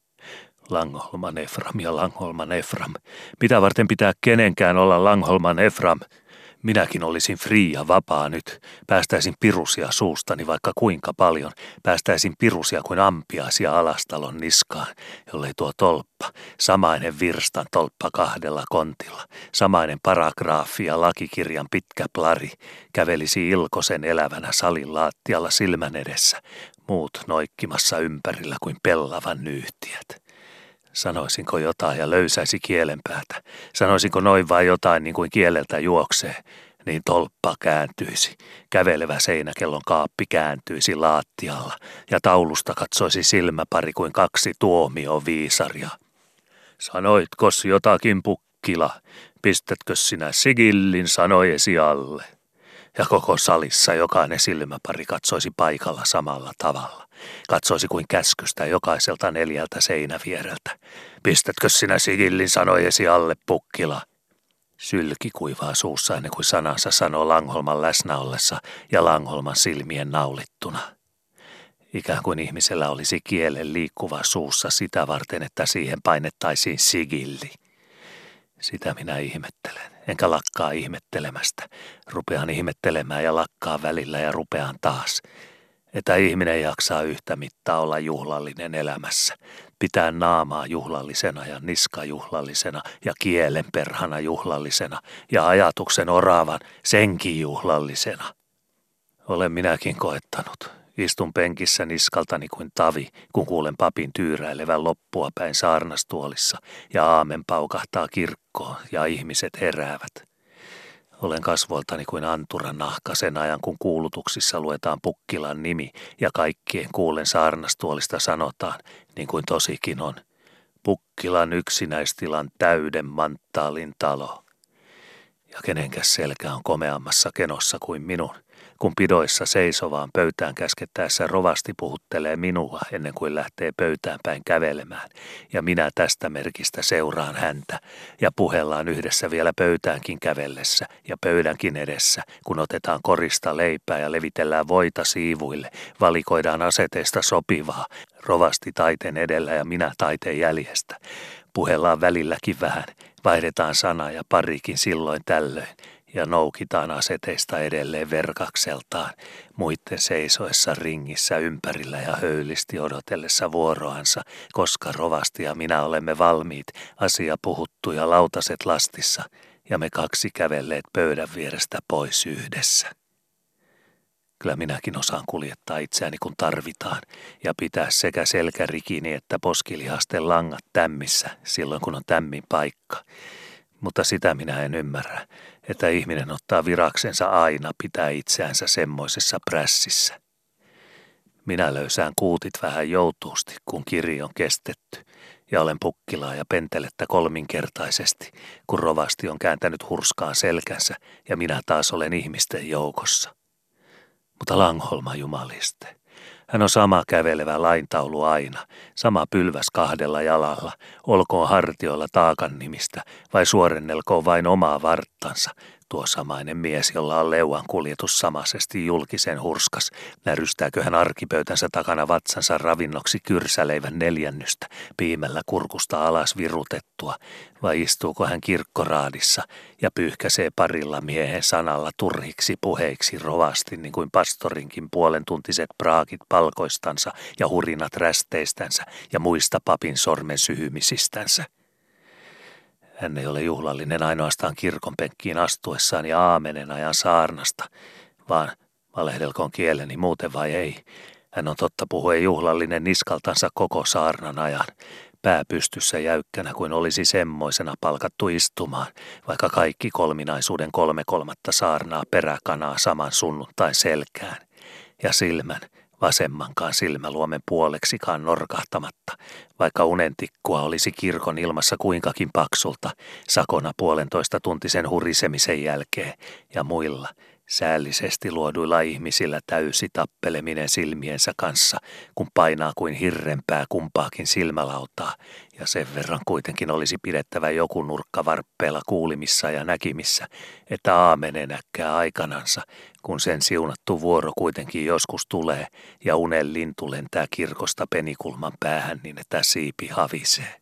Langholman Efram ja Langholman Efram. Mitä varten pitää kenenkään olla Langholman Efram? Minäkin olisin frii ja vapaa nyt. Päästäisin pirusia suustani vaikka kuinka paljon. Päästäisin pirusia kuin ampiaisia Alastalon niskaan, jollei tuo tolppa, samainen virstan tolppa kahdella kontilla, samainen paragraafi ja lakikirjan pitkä plari, kävelisi Ilkosen elävänä salin laattialla silmän edessä, muut noikkimassa ympärillä kuin pellavan nyyhtiät. Sanoisinko jotain ja löysäisi kielenpäätä? Sanoisinko noin vai jotain niin kuin kieleltä juoksee? Niin tolppa kääntyisi, kävelevä seinäkellon kaappi kääntyisi laattialla ja taulusta katsoisi silmäpari kuin kaksi tuomioviisaria. Sanoitkos jotakin, Pukkila? Pistätkö sinä sigillin sanojesi alle? Ja koko salissa jokainen silmäpari katsoisi paikalla samalla tavalla. Katsoisi kuin käskystä jokaiselta neljältä seinäviereltä. Pistätkö sinä sigillin sanojesi alle, Pukkila? Sylki kuivaa suussa ennen kuin sanansa sanoo Langholman läsnä ollessa ja Langholman silmien naulittuna. Ikään kuin ihmisellä olisi kielen liikkuva suussa sitä varten, että siihen painettaisiin sigilli. Sitä minä ihmettelen, enkä lakkaa ihmettelemästä. Rupean ihmettelemään ja lakkaa välillä ja rupean taas. että ihminen jaksaa yhtä mittaa olla juhlallinen elämässä, pitää naamaa juhlallisena ja niska juhlallisena ja kielen perhana juhlallisena ja ajatuksen oraavan senkin juhlallisena. Olen minäkin koettanut. Istun penkissä niskaltani kuin tavi, kun kuulen papin tyyräilevän loppua päin saarnastuolissa ja aamen paukahtaa kirkkoon ja ihmiset heräävät. Olen kasvoiltani kuin anturan nahka sen ajan, kun kuulutuksissa luetaan Pukkilan nimi ja kaikkien kuulen saarnastuolista sanotaan, niin kuin tosikin on, Pukkilan yksinäistilan täyden manttaalin talo. Ja kenenkäs selkä on komeammassa kenossa kuin minun, kun pidoissa seisovaan pöytään käskettäessä rovasti puhuttelee minua ennen kuin lähtee pöytään päin kävelemään, ja minä tästä merkistä seuraan häntä, ja puhellaan yhdessä vielä pöytäänkin kävellessä ja pöydänkin edessä, kun otetaan korista leipää ja levitellään voita siivuille, valikoidaan aseteista sopivaa, rovasti taiteen edellä ja minä taiteen jäljestä. Puhellaan välilläkin vähän, vaihdetaan sana ja parikin silloin tällöin, ja noukitaan aseteista edelleen verkakseltaan, muitten seisoessa ringissä ympärillä ja höylisti odotellessa vuoroansa, koska rovasti ja minä olemme valmiit, asia puhuttu ja lautaset lastissa, ja me kaksi kävelleet pöydän vierestä pois yhdessä. Kyllä minäkin osaan kuljettaa itseäni kun tarvitaan ja pitää sekä selkärikini että poskilihasten langat tämmissä silloin kun on tämmin paikka. Mutta sitä minä en ymmärrä, että ihminen ottaa viraksensa aina pitää itseänsä semmoisessa prässissä. Minä löysään kuutit vähän joutuusti, kun kiri on kestetty, ja olen Pukkilaa ja Pentelettä kolminkertaisesti, kun rovasti on kääntänyt hurskaan selkänsä ja minä taas olen ihmisten joukossa. Mutta Langholma jumaliste. Hän on sama kävelevä laintaulu aina, sama pylväs kahdella jalalla, olkoon hartioilla taakan nimistä vai suorennelkoon vain omaa varttansa, tuo samainen mies, jolla on leuan kuljetus samaisesti julkisen hurskas, närystääkö hän arkipöytänsä takana vatsansa ravinnoksi kyrsäleivän neljännystä, piimällä kurkusta alas virutettua, vai istuuko hän kirkkoraadissa ja pyyhkäsee parilla miehen sanalla turhiksi puheiksi rovasti, niin kuin pastorinkin puolentuntiset praakit palkoistansa ja hurinat rästeistänsä ja muista papin sormen syhymisistänsä. Hän ei ole juhlallinen ainoastaan kirkonpenkkiin astuessaan ja aamenen ajan saarnasta, vaan valehdelkoon kieleni muuten vai ei. Hän on totta puhuen juhlallinen niskaltansa koko saarnan ajan, pää pystyssä jäykkänä kuin olisi semmoisena palkattu istumaan, vaikka kaikki kolminaisuuden kolme kolmatta saarnaa peräkanaa saman sunnuntain selkään, ja silmän, vasemmankaan silmäluomen puoleksikaan norkahtamatta, vaikka unentikkua olisi kirkon ilmassa kuinkakin paksulta, sakona puolentoista tuntisen hurisemisen jälkeen ja muilla säällisesti luoduilla ihmisillä täysi tappeleminen silmiensä kanssa, kun painaa kuin hirrenpää kumpaakin silmälautaa, ja sen verran kuitenkin olisi pidettävä joku nurkka varppeella kuulimissa ja näkimissä, että aamen näkkää aikanansa, kun sen siunattu vuoro kuitenkin joskus tulee ja unen lintu lentää kirkosta penikulman päähän niin, että siipi havisee.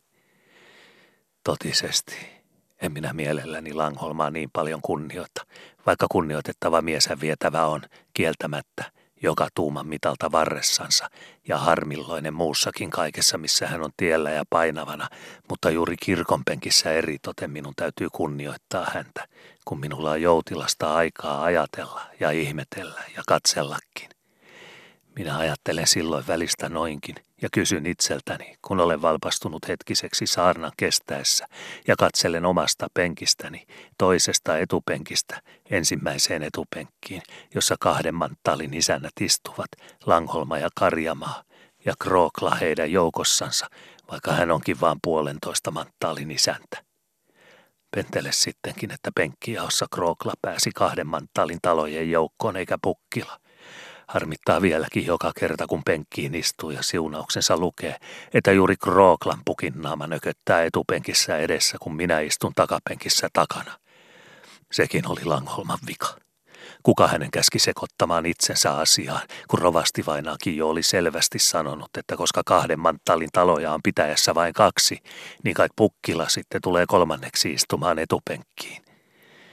Totisesti. En minä mielelläni Langholmaa niin paljon kunnioita, vaikka kunnioitettava mieshän vietävä on, kieltämättä, joka tuuman mitalta varressansa ja harmilloinen muussakin kaikessa, missä hän on tiellä ja painavana, mutta juuri kirkonpenkissä eritoten minun täytyy kunnioittaa häntä, kun minulla on joutilasta aikaa ajatella ja ihmetellä ja katsellakin. Minä ajattelen silloin välistä noinkin ja kysyn itseltäni, kun olen valpastunut hetkiseksi saarnan kestäessä ja katselen omasta penkistäni, toisesta etupenkistä, ensimmäiseen etupenkkiin, jossa kahden manttaalin isännät istuvat, Langholma ja Karjamaa, ja Krookla heidän joukossansa, vaikka hän onkin vain puolentoista manttaalin isäntä. Pentele sittenkin, että penkkijaossa Krookla pääsi kahden manttaalin talojen joukkoon eikä Pukkila. Harmittaa vieläkin joka kerta, kun penkkiin istuu ja siunauksensa lukee, että juuri Krooklan pukinnaama nököttää etupenkissä edessä, kun minä istun takapenkissä takana. Sekin oli Langholman vika. Kuka hänen käski sekoittamaan itsensä asiaan, kun rovastivainaakin jo oli selvästi sanonut, että koska kahden manttaalin taloja on pitäjässä vain kaksi, niin kai Pukkila sitten tulee kolmanneksi istumaan etupenkkiin.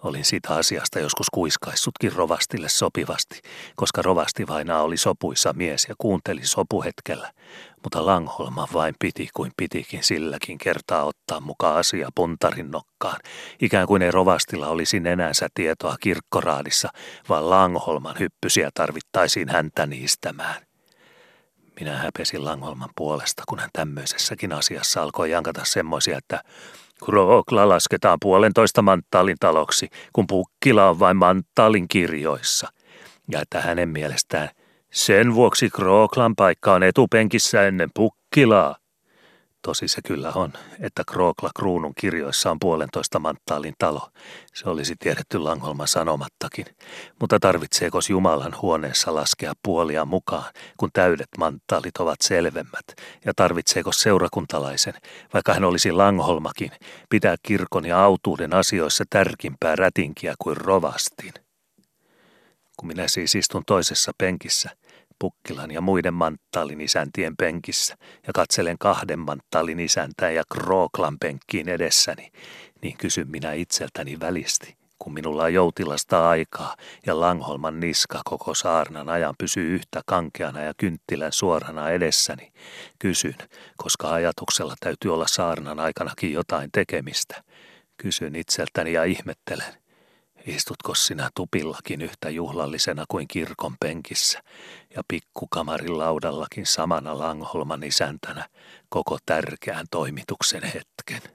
Olin siitä asiasta joskus kuiskaissutkin rovastille sopivasti, koska rovastivainaa oli sopuissa mies ja kuunteli sopuhetkellä, mutta Langholma vain piti kuin pitikin silläkin kertaa ottaa mukaan asia puntarin nokkaan, ikään kuin ei rovastilla olisi nenänsä tietoa kirkkoraadissa, vaan Langholman hyppysiä tarvittaisiin häntä niistämään. Minä häpesin Langholman puolesta, kun hän tämmöisessäkin asiassa alkoi jankata semmoisia, että Krookla lasketaan puolentoista manttaalin taloksi, kun Pukkila on vain manttaalin kirjoissa. Ja että hänen mielestään sen vuoksi Krooklan paikka on etupenkissä ennen Pukkilaa. Tosi se kyllä on, että Krookla kruunun kirjoissa on puolentoista manttaalin talo. Se olisi tiedetty Langholman sanomattakin. Mutta tarvitseeko Jumalan huoneessa laskea puolia mukaan, kun täydet manttaalit ovat selvemmät? Ja tarvitseeko seurakuntalaisen, vaikka hän olisi Langholmakin, pitää kirkon ja autuuden asioissa tärkimpää rätinkiä kuin rovastin? Kun minä siis istun toisessa penkissä, Pukkilan ja muiden manttaalin isäntien penkissä ja katselen kahden manttaalin isäntään ja Krooklan penkkiin edessäni, niin kysyn minä itseltäni välisti, kun minulla on joutilasta aikaa ja Langholman niska koko saarnan ajan pysyy yhtä kankeana ja kynttilän suorana edessäni. Kysyn, koska ajatuksella täytyy olla saarnan aikanakin jotain tekemistä. Kysyn itseltäni ja ihmettelen. Istutko sinä tupillakin yhtä juhlallisena kuin kirkon penkissä ja pikkukamarin laudallakin samana Langholman isäntänä koko tärkeän toimituksen hetken?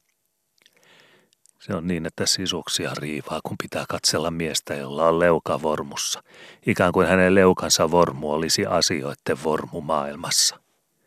Se on niin, että sisuksia riivaa, kun pitää katsella miestä, jolla on leuka vormussa, ikään kuin hänen leukansa vormu olisi asioiden vormu maailmassa.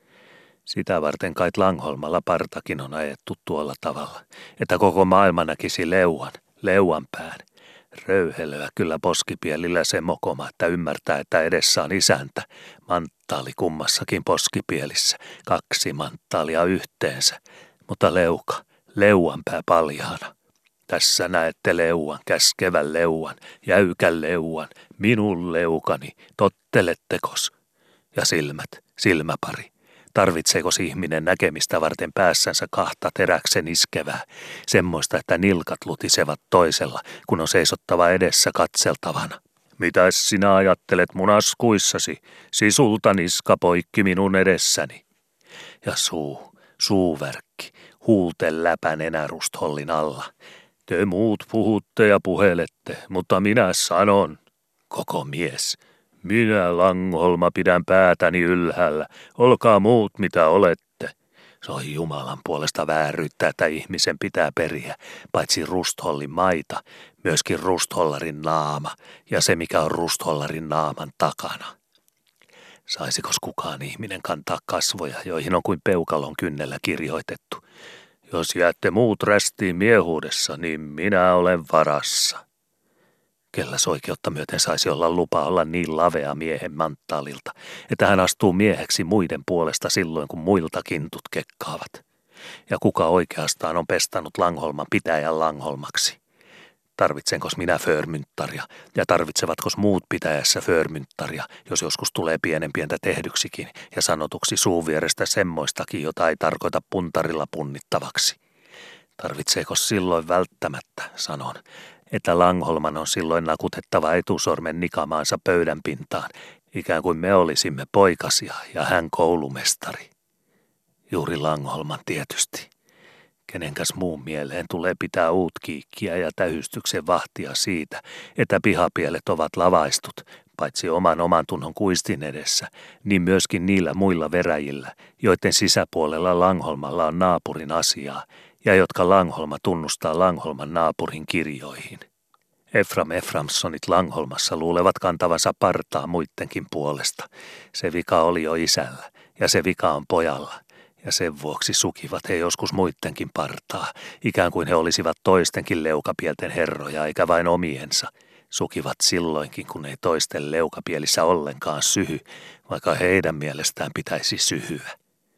Sitä varten kait Langholmalla partakin on ajettu tuolla tavalla, että koko maailma näkisi leuan, leuan pään. Röyhelöä kyllä poskipielillä se mokoma, että ymmärtää, että edessä on isäntä. Manttaali kummassakin poskipielissä, kaksi manttaalia yhteensä, mutta leuka, leuanpää paljaana. Tässä näette leuan, käskevän leuan, jäykän leuan, minun leukani, tottelettekos? Ja silmät, silmäpari. Tarvitseeko ihminen näkemistä varten päässänsä kahta teräksen iskevää, semmoista, että nilkat lutisevat toisella, kun on seisottava edessä katseltavana? Mitäs sinä ajattelet mun askuissasi, sisulta niska poikki minun edessäni? Ja suu, suuverkki, huulten läpän enärusthollin alla. Te muut puhutte ja puhelette, mutta minä sanon, koko mies. Minä, Langholma, pidän päätäni ylhäällä. Olkaa muut, mitä olette. Se on Jumalan puolesta vääryyttä, että ihmisen pitää periä, paitsi rusthollin maita, myöskin rusthollarin naama ja se, mikä on rusthollarin naaman takana. Saisikos kukaan ihminen kantaa kasvoja, joihin on kuin peukalon kynnellä kirjoitettu? Jos jäätte muut rästiin miehuudessa, niin minä olen varassa. Kelläs oikeutta myöten saisi olla lupa olla niin lavea miehen manttaalilta, että hän astuu mieheksi muiden puolesta silloin, kun muilta kintut kekkaavat. Ja kuka oikeastaan on pestanut Langholman pitäjän Langholmaksi? Tarvitsenkos minä förmynttaria ja tarvitsevatkos muut pitäjässä förmynttaria, jos joskus tulee pienen pientä tehdyksikin ja sanotuksi suuvierestä semmoistakin, jota ei tarkoita puntarilla punnittavaksi? Tarvitseeko silloin välttämättä, sanon, että Langholman on silloin nakutettava etusormen nikamaansa pöydän pintaan, ikään kuin me olisimme poikasia ja hän koulumestari. Juuri Langholman tietysti. Kenenkäs muun mieleen tulee pitää uutkiikkiä ja tähystyksen vahtia siitä, että pihapielet ovat lavaistut, paitsi oman oman tunnon kuistin edessä, niin myöskin niillä muilla veräjillä, joiden sisäpuolella Langholmalla on naapurin asiaa, ja jotka Langholma tunnustaa Langholman naapurin kirjoihin. Efram Eframssonit Langholmassa luulevat kantavansa partaa muittenkin puolesta. Se vika oli jo isällä, ja se vika on pojalla, ja sen vuoksi sukivat he joskus muittenkin partaa, ikään kuin he olisivat toistenkin leukapielten herroja, eikä vain omiensa. Sukivat silloinkin, kun ei toisten leukapielissä ollenkaan syhy, vaikka heidän mielestään pitäisi syhyä.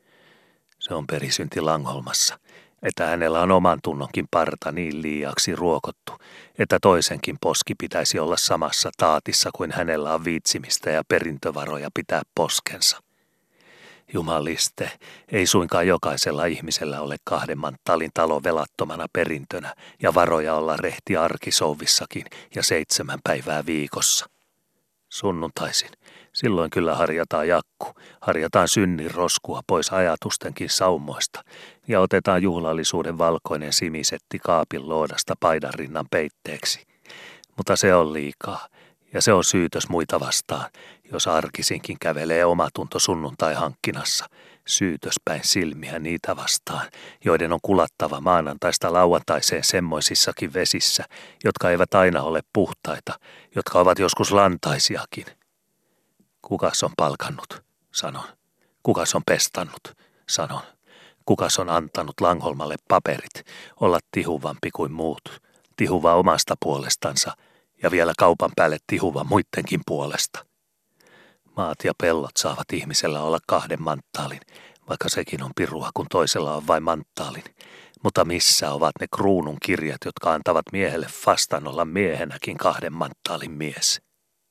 Se on perisynti Langholmassa, että hänellä on oman tunnonkin parta niin liiaksi ruokottu, että toisenkin poski pitäisi olla samassa taatissa kuin hänellä on viitsimistä ja perintövaroja pitää poskensa. Jumaliste, ei suinkaan jokaisella ihmisellä ole kahden manttaalin talo velattomana perintönä ja varoja olla rehti arkisouvissakin ja seitsemän päivää viikossa. Sunnuntaisin, silloin kyllä harjataan jakku, harjataan synnin roskua pois ajatustenkin saumoista ja otetaan juhlallisuuden valkoinen simisetti kaapin loodasta paidan rinnan peitteeksi. Mutta se on liikaa. Ja se on syytös muita vastaan, jos arkisinkin kävelee omatunto sunnuntai-hankkinassa, syytös päin silmiä niitä vastaan, joiden on kulattava maanantaista lauantaiseen semmoisissakin vesissä, jotka eivät aina ole puhtaita, jotka ovat joskus lantaisiakin. Kukas on palkannut, sanon. Kukas on pestannut, sanon. Kukas on antanut Langholmalle paperit, olla tihuvampi kuin muut, tihuva omasta puolestansa, ja vielä kaupan päälle tihuva muittenkin puolesta. Maat ja pellot saavat ihmisellä olla kahden manttaalin, vaikka sekin on pirua, kun toisella on vain manttaalin. Mutta missä ovat ne kruunun kirjat, jotka antavat miehelle fastan olla miehenäkin kahden manttaalin mies?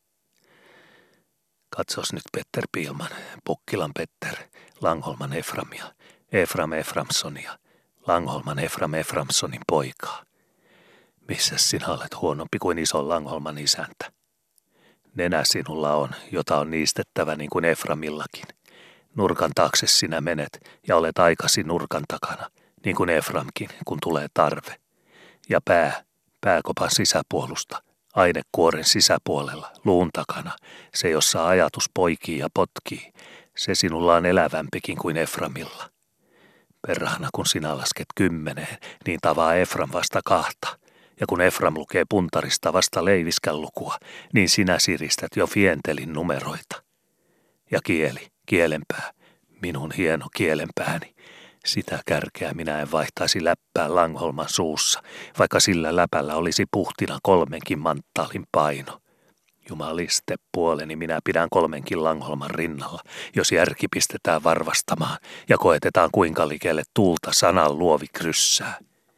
Katsos nyt Petter Piilman, Pukkilan Petter, Langholman Eframia, Efram Eframsonia, Langholman Efram Eframsonin poikaa. Missä sinä olet huonompi kuin ison Langholman isäntä? Nenä sinulla on, jota on niistettävä niin kuin Eframillakin. Nurkan taakse sinä menet ja olet aikasi nurkan takana, niin kuin Eframkin, kun tulee tarve. Ja pää, pääkopan sisäpuolusta, ainekuoren sisäpuolella, luun takana, se jossa ajatus poikii ja potkii, se sinulla on elävämpikin kuin Eframilla. Perhana kun sinä lasket kymmeneen, niin tavaa Efram vasta kahta. Ja kun Efram lukee puntarista vasta leiviskän lukua, niin sinä siristät jo fientelin numeroita. Ja kieli, kielenpää, minun hieno kielenpääni, sitä kärkeä minä en vaihtaisi läppää Langholman suussa, vaikka sillä läpällä olisi puhtina kolmenkin manttaalin paino. Jumaliste puoleni minä pidän kolmenkin Langholman rinnalla, jos järki pistetään varvastamaan ja koetetaan kuinka likelle tuulta sanan luovi kryssää.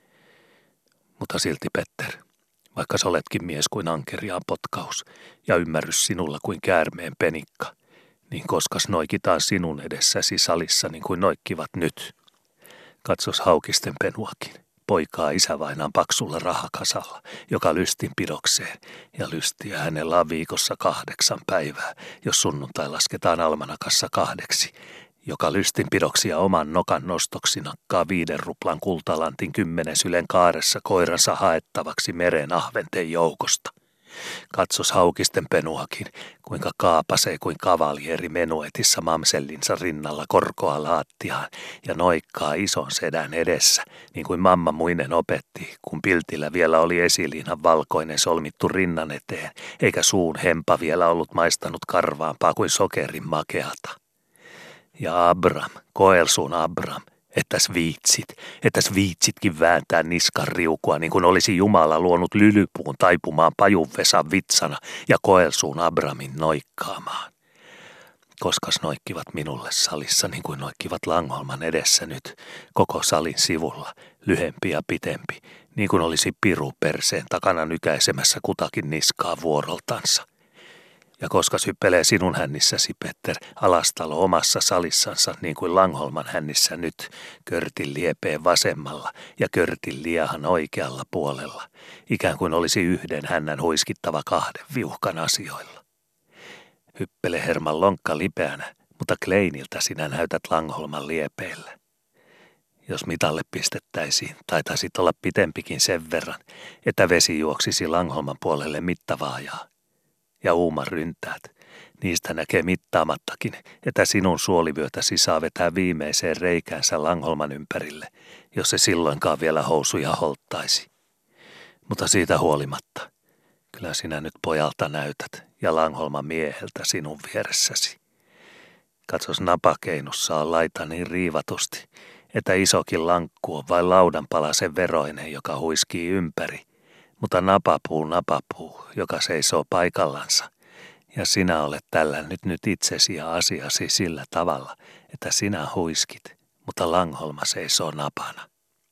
Mutta silti Petter, vaikka sä oletkin mies kuin ankeriaan potkaus ja ymmärrys sinulla kuin käärmeen penikka, niin koskas noikitaan sinun edessäsi salissa niin kuin noikkivat nyt. Katsos Haukisten Penuakin, poikaa isävainaan paksulla rahakasalla, joka lystinpidokseen, ja lystiä hänellä on viikossa kahdeksan päivää, jos sunnuntai lasketaan almanakassa kahdeksi, joka lystinpidoksia oman nokan nostoksi nakkaa viiden ruplan kultalantin kymmenen sylen kaaressa koiransa haettavaksi meren ahventen joukosta. Katsos Haukisten Penuakin, kuinka kaapasee kuin kavalieri menuetissa mamsellinsa rinnalla korkoa laattiaan ja noikkaa ison sedän edessä, niin kuin mamma muinen opetti, kun piltillä vielä oli esiliinan valkoinen solmittu rinnan eteen, eikä suun hempa vielä ollut maistanut karvaampaa kuin sokerin makeata. Ja Abram, Koelsuun Abram, ettäs viitsit, ettäs viitsitkin vääntää niskan riukua, niin kuin olisi Jumala luonut lylypuun taipumaan pajunvesan vitsana ja Koelsuun Abramin noikkaamaan. Koskas noikkivat minulle salissa, niin kuin noikkivat Langholman edessä nyt, koko salin sivulla, lyhempi ja pitempi, niin kuin olisi piru perseen takana nykäisemässä kutakin niskaa vuoroltansa. Ja koska syppelee sinun hännissäsi, Petter, Alastalo omassa salissansa niin kuin Langholman hännissä nyt, körtin liepeen vasemmalla ja körtin liehan oikealla puolella, ikään kuin olisi yhden hännän huiskittava kahden viuhkan asioilla. Hyppele Herman lonkka lipeänä, mutta Kleiniltä sinä näytät Langholman liepeillä. Jos mitalle pistettäisiin, taitaisit olla pitempikin sen verran, että vesi juoksisi Langholman puolelle mittavaajaa. Ja uuman ryntäät, niistä näkee mittaamattakin, että sinun suolivyötäsi saa vetää viimeiseen reikäänsä Langholman ympärille, jos se silloinkaan vielä housuja holttaisi. Mutta siitä huolimatta, kyllä sinä nyt pojalta näytät ja Langholman mieheltä sinun vieressäsi. Katsos napakeinussa on laita niin riivatusti, että isokin lankku on vain laudanpalasen veroinen, joka huiskii ympäri. Mutta napapuu, napapuu, joka seisoo paikallansa, ja sinä olet tällä nyt nyt itsesi ja asiasi sillä tavalla, että sinä huiskit, mutta Langholma seisoo napana.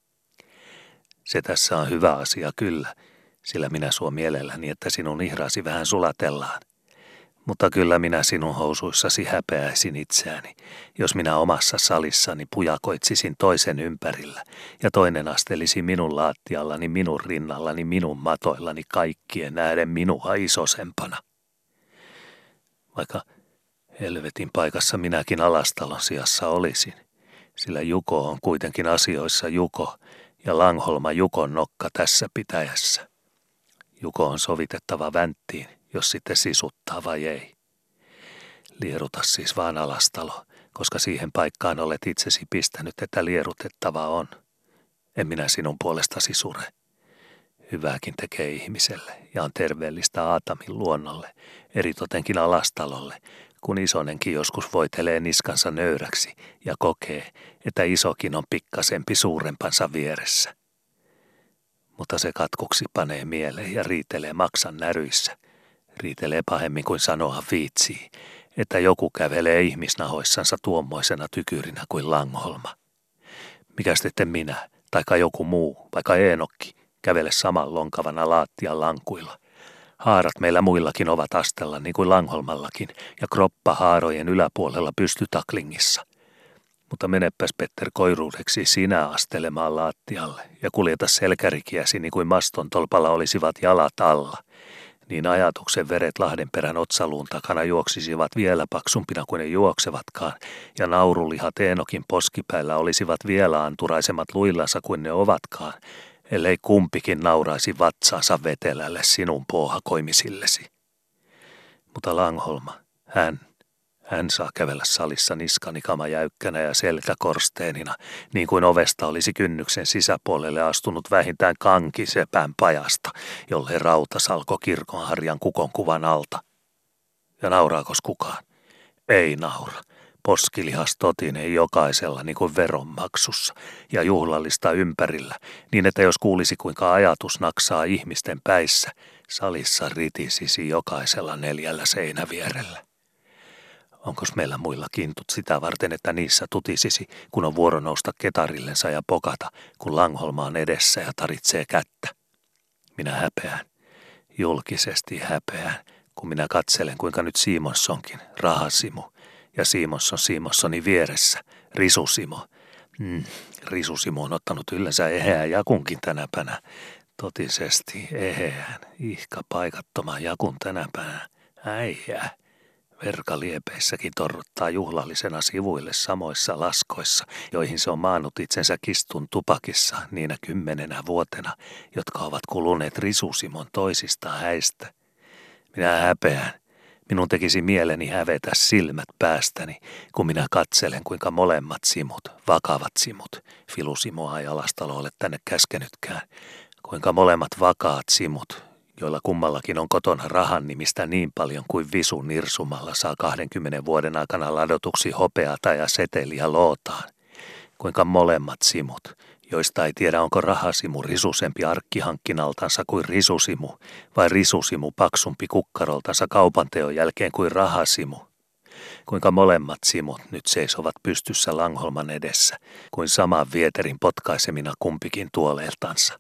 Se tässä on hyvä asia kyllä, sillä minä suo mielelläni, että sinun ihrasi vähän sulatellaan. Mutta kyllä minä sinun housuissasi häpeäisin itseäni, jos minä omassa salissani pujakoitsisin toisen ympärillä ja toinen astelisi minun laattiallani, minun rinnallani, minun matoillani kaikkien nähden minua isosempana. Vaikka helvetin paikassa minäkin Alastalon sijassa olisin, sillä Juko on kuitenkin asioissa Juko ja Langholma Jukon nokka tässä pitäjässä. Juko on sovitettava vänttiin, jos sitten sisuttaa vai ei. Lieruta siis vaan Alastalo, koska siihen paikkaan olet itsesi pistänyt, että lierutettava on. En minä sinun puolestasi sure. Hyvääkin tekee ihmiselle ja on terveellistä Aatamin luonnolle, eritotenkin Alastalolle, kun isonenkin joskus voitelee niskansa nöyräksi ja kokee, että isokin on pikkasempi suurempansa vieressä. Mutta se katkuksi panee mieleen ja riitelee maksan näryissä. Riitelee pahemmin kuin sanoa viitsii, että joku kävelee ihmisnahoissansa tuommoisena tykyrinä kuin Langholma. Mikä sitten minä, taikka joku muu, vaikka Eenokki, kävele saman lonkavana laattian lankuilla. Haarat meillä muillakin ovat astella niin kuin Langholmallakin ja kroppa haarojen yläpuolella pystytaklingissa. Mutta menepäs Petter koiruudeksi sinä astelemaan laattialle ja kuljeta selkärikiäsi niin kuin maston tolpalla olisivat jalat alla. Niin ajatuksen veret Lahdenperän otsaluun takana juoksisivat vielä paksumpina kuin ne juoksevatkaan, ja naurulihat Eenokin poskipäillä olisivat vielä anturaisemmat luillansa kuin ne ovatkaan, ellei kumpikin nauraisi vatsaansa vetelälle sinun poohakoimisillesi. Mutta Langholma, hän, hän saa kävellä salissa niskanikama jäykkänä ja selkä korsteenina, niin kuin ovesta olisi kynnyksen sisäpuolelle astunut vähintään kanki sepän pajasta, jolle rauta salko kirkonharjan kukonkuvan alta. Ja nauraakos kukaan? Ei naura. Poskilihas totinen jokaisella niin kuin veronmaksussa ja juhlallista ympärillä, niin että jos kuulisi kuinka ajatus naksaa ihmisten päissä, salissa ritisisi jokaisella neljällä seinävierellä. Onkos meillä muilla kintut sitä varten, että niissä tutisisi, kun on vuoro nousta ketarillensa ja pokata, kun Langholma on edessä ja taritsee kättä? Minä häpeän, julkisesti häpeän, kun minä katselen, kuinka nyt Simonsonkin, Rahasimo, ja Simonsson Simonssoni vieressä, Risusimo. Mm, Risusimo on ottanut yleensä eheää jakunkin tänäpänä. Totisesti eheään, ihka paikattoman jakun tänäpänä. Äijää. Verkaliepeissäkin torrottaa juhlallisena sivuille samoissa laskoissa, joihin se on maannut itsensä kistun tupakissa niinä kymmenenä vuotena, jotka ovat kuluneet Risusimon toisista häistä. Minä häpeän. Minun tekisi mieleni hävetä silmät päästäni, kun minä katselen, kuinka molemmat simut, vakavat simut, Filusimoa ei Alastalo ole tänne käskenytkään, kuinka molemmat vakaat simut, joilla kummallakin on kotona rahan nimistä niin paljon kuin visu nirsumalla saa kahdenkymmenen vuoden aikana ladotuksi hopeata ja seteliä lootaan, kuinka molemmat simut, joista ei tiedä onko Rahasimu risusempi arkkihankkinaltansa kuin Risusimu vai Risusimu paksumpi kukkaroltansa kaupanteon jälkeen kuin Rahasimu. Kuinka molemmat simut nyt seisovat pystyssä Langholman edessä, kuin saman vieterin potkaisemina kumpikin tuoleeltansa.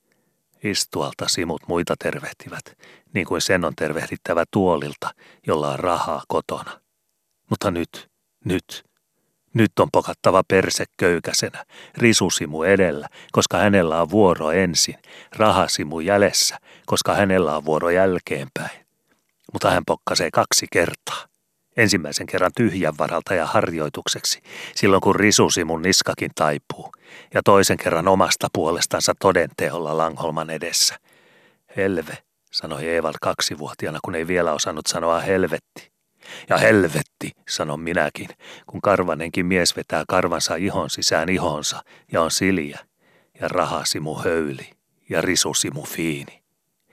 Istualta simut muita tervehtivät, niin kuin sen on tervehdittävä tuolilta, jolla on rahaa kotona. Mutta nyt, nyt, nyt on pokattava perse köykäsenä, Risusimu edellä, koska hänellä on vuoro ensin, Rahasimu jäljessä, koska hänellä on vuoro jälkeenpäin. Mutta hän pokkasee kaksi kertaa. Ensimmäisen kerran tyhjän varalta ja harjoitukseksi, silloin kun Risusimun niskakin taipuu, ja toisen kerran omasta puolestansa todenteolla Langholman edessä. Helve, sanoi Evald kaksivuotiaana, kun ei vielä osannut sanoa helvetti. Ja helvetti, sanon minäkin, kun karvanenkin mies vetää karvansa ihon sisään ihonsa ja on siljä, ja Rahasimu höyli ja Risusimu fiini.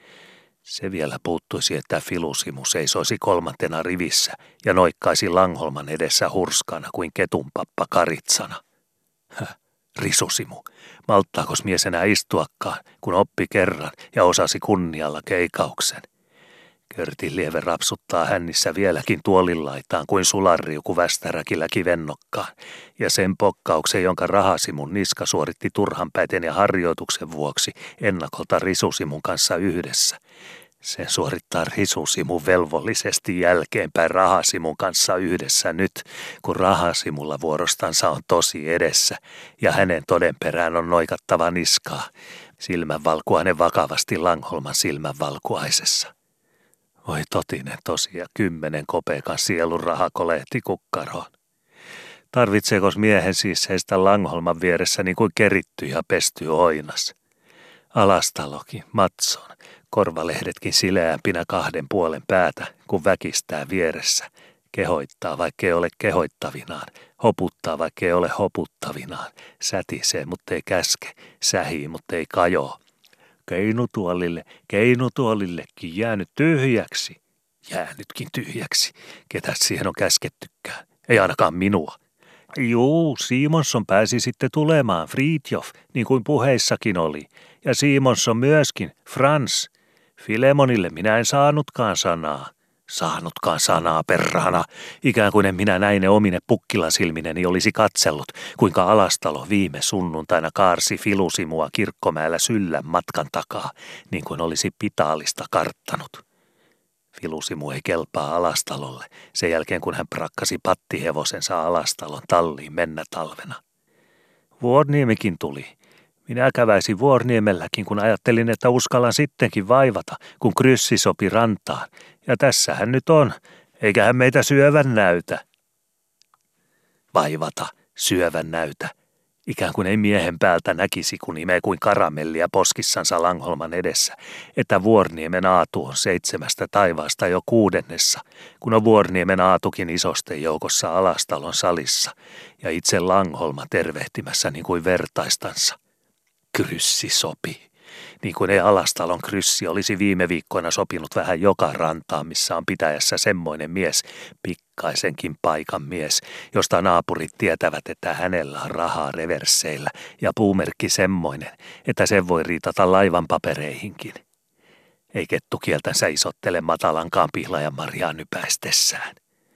Se vielä puuttuisi, että Filusimu seisoisi kolmantena rivissä ja noikkaisi Langholman edessä hurskaana kuin ketunpappa karitsana. Häh, Risusimu, malttaakos mies enää istuakaan, kun oppi kerran ja osasi kunnialla keikauksen. Körtin lieve rapsuttaa hännissä vieläkin tuolillaitaan kuin sulanriuku västäräkillä kivennokkaan, ja sen pokkauksen, jonka Rahasimun niska suoritti turhanpäiten ja harjoituksen vuoksi ennakolta Risusimun kanssa yhdessä. Sen suorittaa Risusimu velvollisesti jälkeenpäin Rahasimun kanssa yhdessä nyt, kun Rahasimulla vuorostansa on tosi edessä ja hänen todenperään on noikattava niskaa, silmänvalkuainen vakavasti Langholman silmänvalkuaisessa. Voi totinen tosia kymmenen kopeekan sielun raha kolehti kukkaroon. Tarvitseekos miehen siis seistä Langholman vieressä niin kuin keritty ja pesty oinas? Alastalokin, Matson, korvalehdetkin sileämpinä kahden puolen päätä, kun väkistää vieressä, kehoittaa vaikkei ole kehoittavinaan, hoputtaa vaikkei ole hoputtavinaan, sätisee mutta ei käske, sähii mutta ei kajoo. Keinutuolille, keinutuolillekin jäänyt tyhjäksi. Jäänytkin tyhjäksi, ketä siihen on käskettykään, ei ainakaan minua. Juu, Simonsson pääsi sitten tulemaan, Fridtjof, niin kuin puheissakin oli. Ja Simonsson myöskin, Frans. Filemonille minä en saanutkaan sanaa. Saanutkaan sanaa, perhana. Ikään kuin en minä näine omine pukkilasilmineni olisi katsellut, kuinka Alastalo viime sunnuntaina kaarsi Filusimua Kirkkomäellä Syllän matkan takaa, niin kuin olisi pitaalista karttanut. Filusimu ei kelpaa Alastalolle, sen jälkeen kun hän prakkasi pattihevosensa Alastalon talliin mennä talvena. Vuorniemikin tuli. Minä käväisin Vuorniemelläkin, kun ajattelin, että uskallan sittenkin vaivata, kun kryssi sopi rantaan. Ja tässä hän nyt on, eikä hän meitä syövän näytä. Vaivata, syövän näytä. Ikään kuin ei miehen päältä näkisi, kun imee kuin karamellia poskissansa Langholman edessä, että Vuorniemen aatu on seitsemästä taivaasta jo kuudennessa, kun on Vuorniemen aatukin isosten joukossa Alastalon salissa ja itse Langholma tervehtimässä niin kuin vertaistansa. Kryssi sopii, niin kuin ei Alastalon kryssi olisi viime viikkoina sopinut vähän joka rantaan, missä on pitäjässä semmoinen mies, pikkaisenkin paikan mies, josta naapurit tietävät, että hänellä on rahaa reversseillä ja puumerkki semmoinen, että sen voi riitata laivan papereihinkin. Ei kettu kieltänsä isottele matalankaan pihlajan marjaa nypäistessään.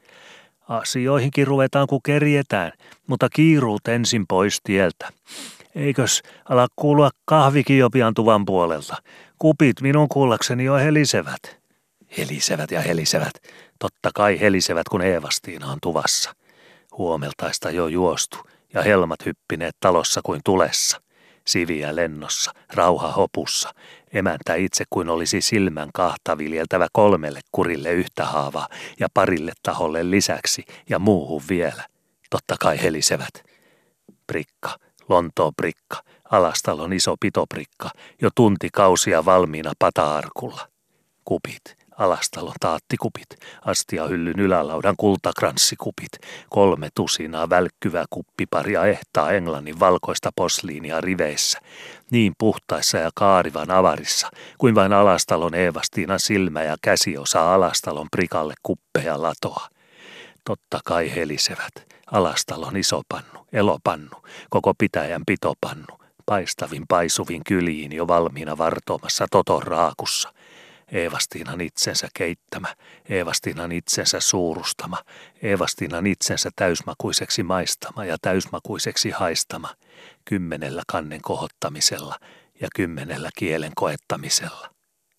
Asioihinkin ruvetaan kun kerjetään, mutta kiiruut ensin pois tieltä. Eikös ala kuulua kahvikin jo pian tuvan puolelta? Kupit minun kuullakseni jo helisevät. Helisevät ja helisevät. Totta kai helisevät, kun Eevastiina on tuvassa. Huomeltaista jo juostu ja helmat hyppineet talossa kuin tulessa. Siviä lennossa, rauha hopussa. Emäntä itse kuin olisi silmän kahta viljeltävä kolmelle kurille yhtä haavaa ja parille taholle lisäksi ja muuhun vielä. Totta kai helisevät. Prikka. Lontoon prikka, Alastalon iso pitoprikka, jo tuntikausia valmiina pata-arkulla. Kupit, Alastalon taattikupit, astiahyllyn ylälaudan kultakransikupit, kolme tusinaa välkkyvää kuppiparia ehtaa Englannin valkoista posliinia riveissä, niin puhtaissa ja kaarivan avarissa, kuin vain Alastalon Eevastiinan silmä ja käsi osaa Alastalon prikalle kuppeja latoa. Totta kai helisevät. Alastalon isopannu, elopannu, koko pitäjän pitopannu, paistavin paisuvin kyljiin jo valmiina vartoamassa toton raakussa. Eevastiinan itsensä keittämä, Eevastiinan itsensä suurustama, Eevastiinan itsensä täysmakuiseksi maistama ja täysmakuiseksi haistama, kymmenellä kannen kohottamisella ja kymmenellä kielen koettamisella.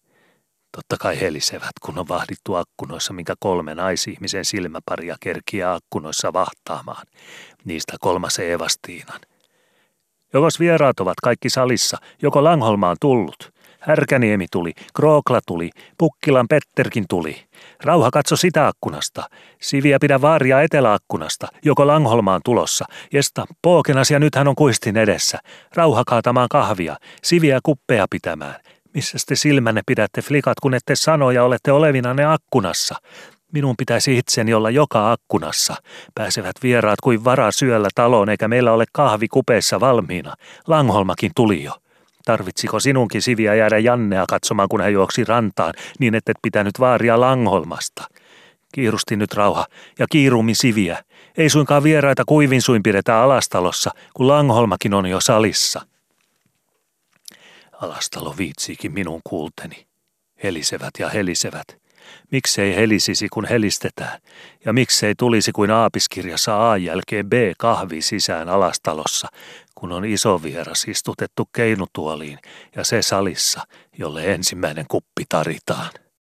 Totta kai helisevät, kun on vahdittu akkunoissa, minkä kolme naisihmisen silmäparia kerkiää akkunoissa vahtaamaan. Niistä kolmas Eevastiinan. Jokos vieraat ovat kaikki salissa, joko Langholma on tullut. Härkäniemi tuli, Krookla tuli, Pukkilan Petterkin tuli. Rauha katso sitä akkunasta. Siviä pidä vaaria eteläakkunasta, joko Langholma on tulossa. Jesta, pookenas ja nyt hän on kuistin edessä. Rauha kaatamaan kahvia, siviä kuppeja pitämään. Missä te silmänne pidätte, flikat, kun ette sano ja olette olevinanne akkunassa? Minun pitäisi itseni olla joka akkunassa. Pääsevät vieraat kuin vara syöllä taloon, eikä meillä ole kahvi kupeessa valmiina. Langholmakin tuli jo. Tarvitsiko sinunkin siviä jäädä Jannea katsomaan, kun hän juoksi rantaan, niin et et pitänyt vaaria Langholmasta? Kiirusti nyt rauha, ja kiirummin siviä. Ei suinkaan vieraita kuivin suin pidetä Alastalossa, kun Langholmakin on jo salissa. Alastalo viitsiikin minun kuulteni. Helisevät ja helisevät. Miksei helisisi, kun helistetään? Ja miksei tulisi kuin aapiskirjassa A jälkeen B kahvi sisään alastalossa, kun on iso vieras istutettu keinutuoliin ja se salissa, jolle ensimmäinen kuppi taritaan?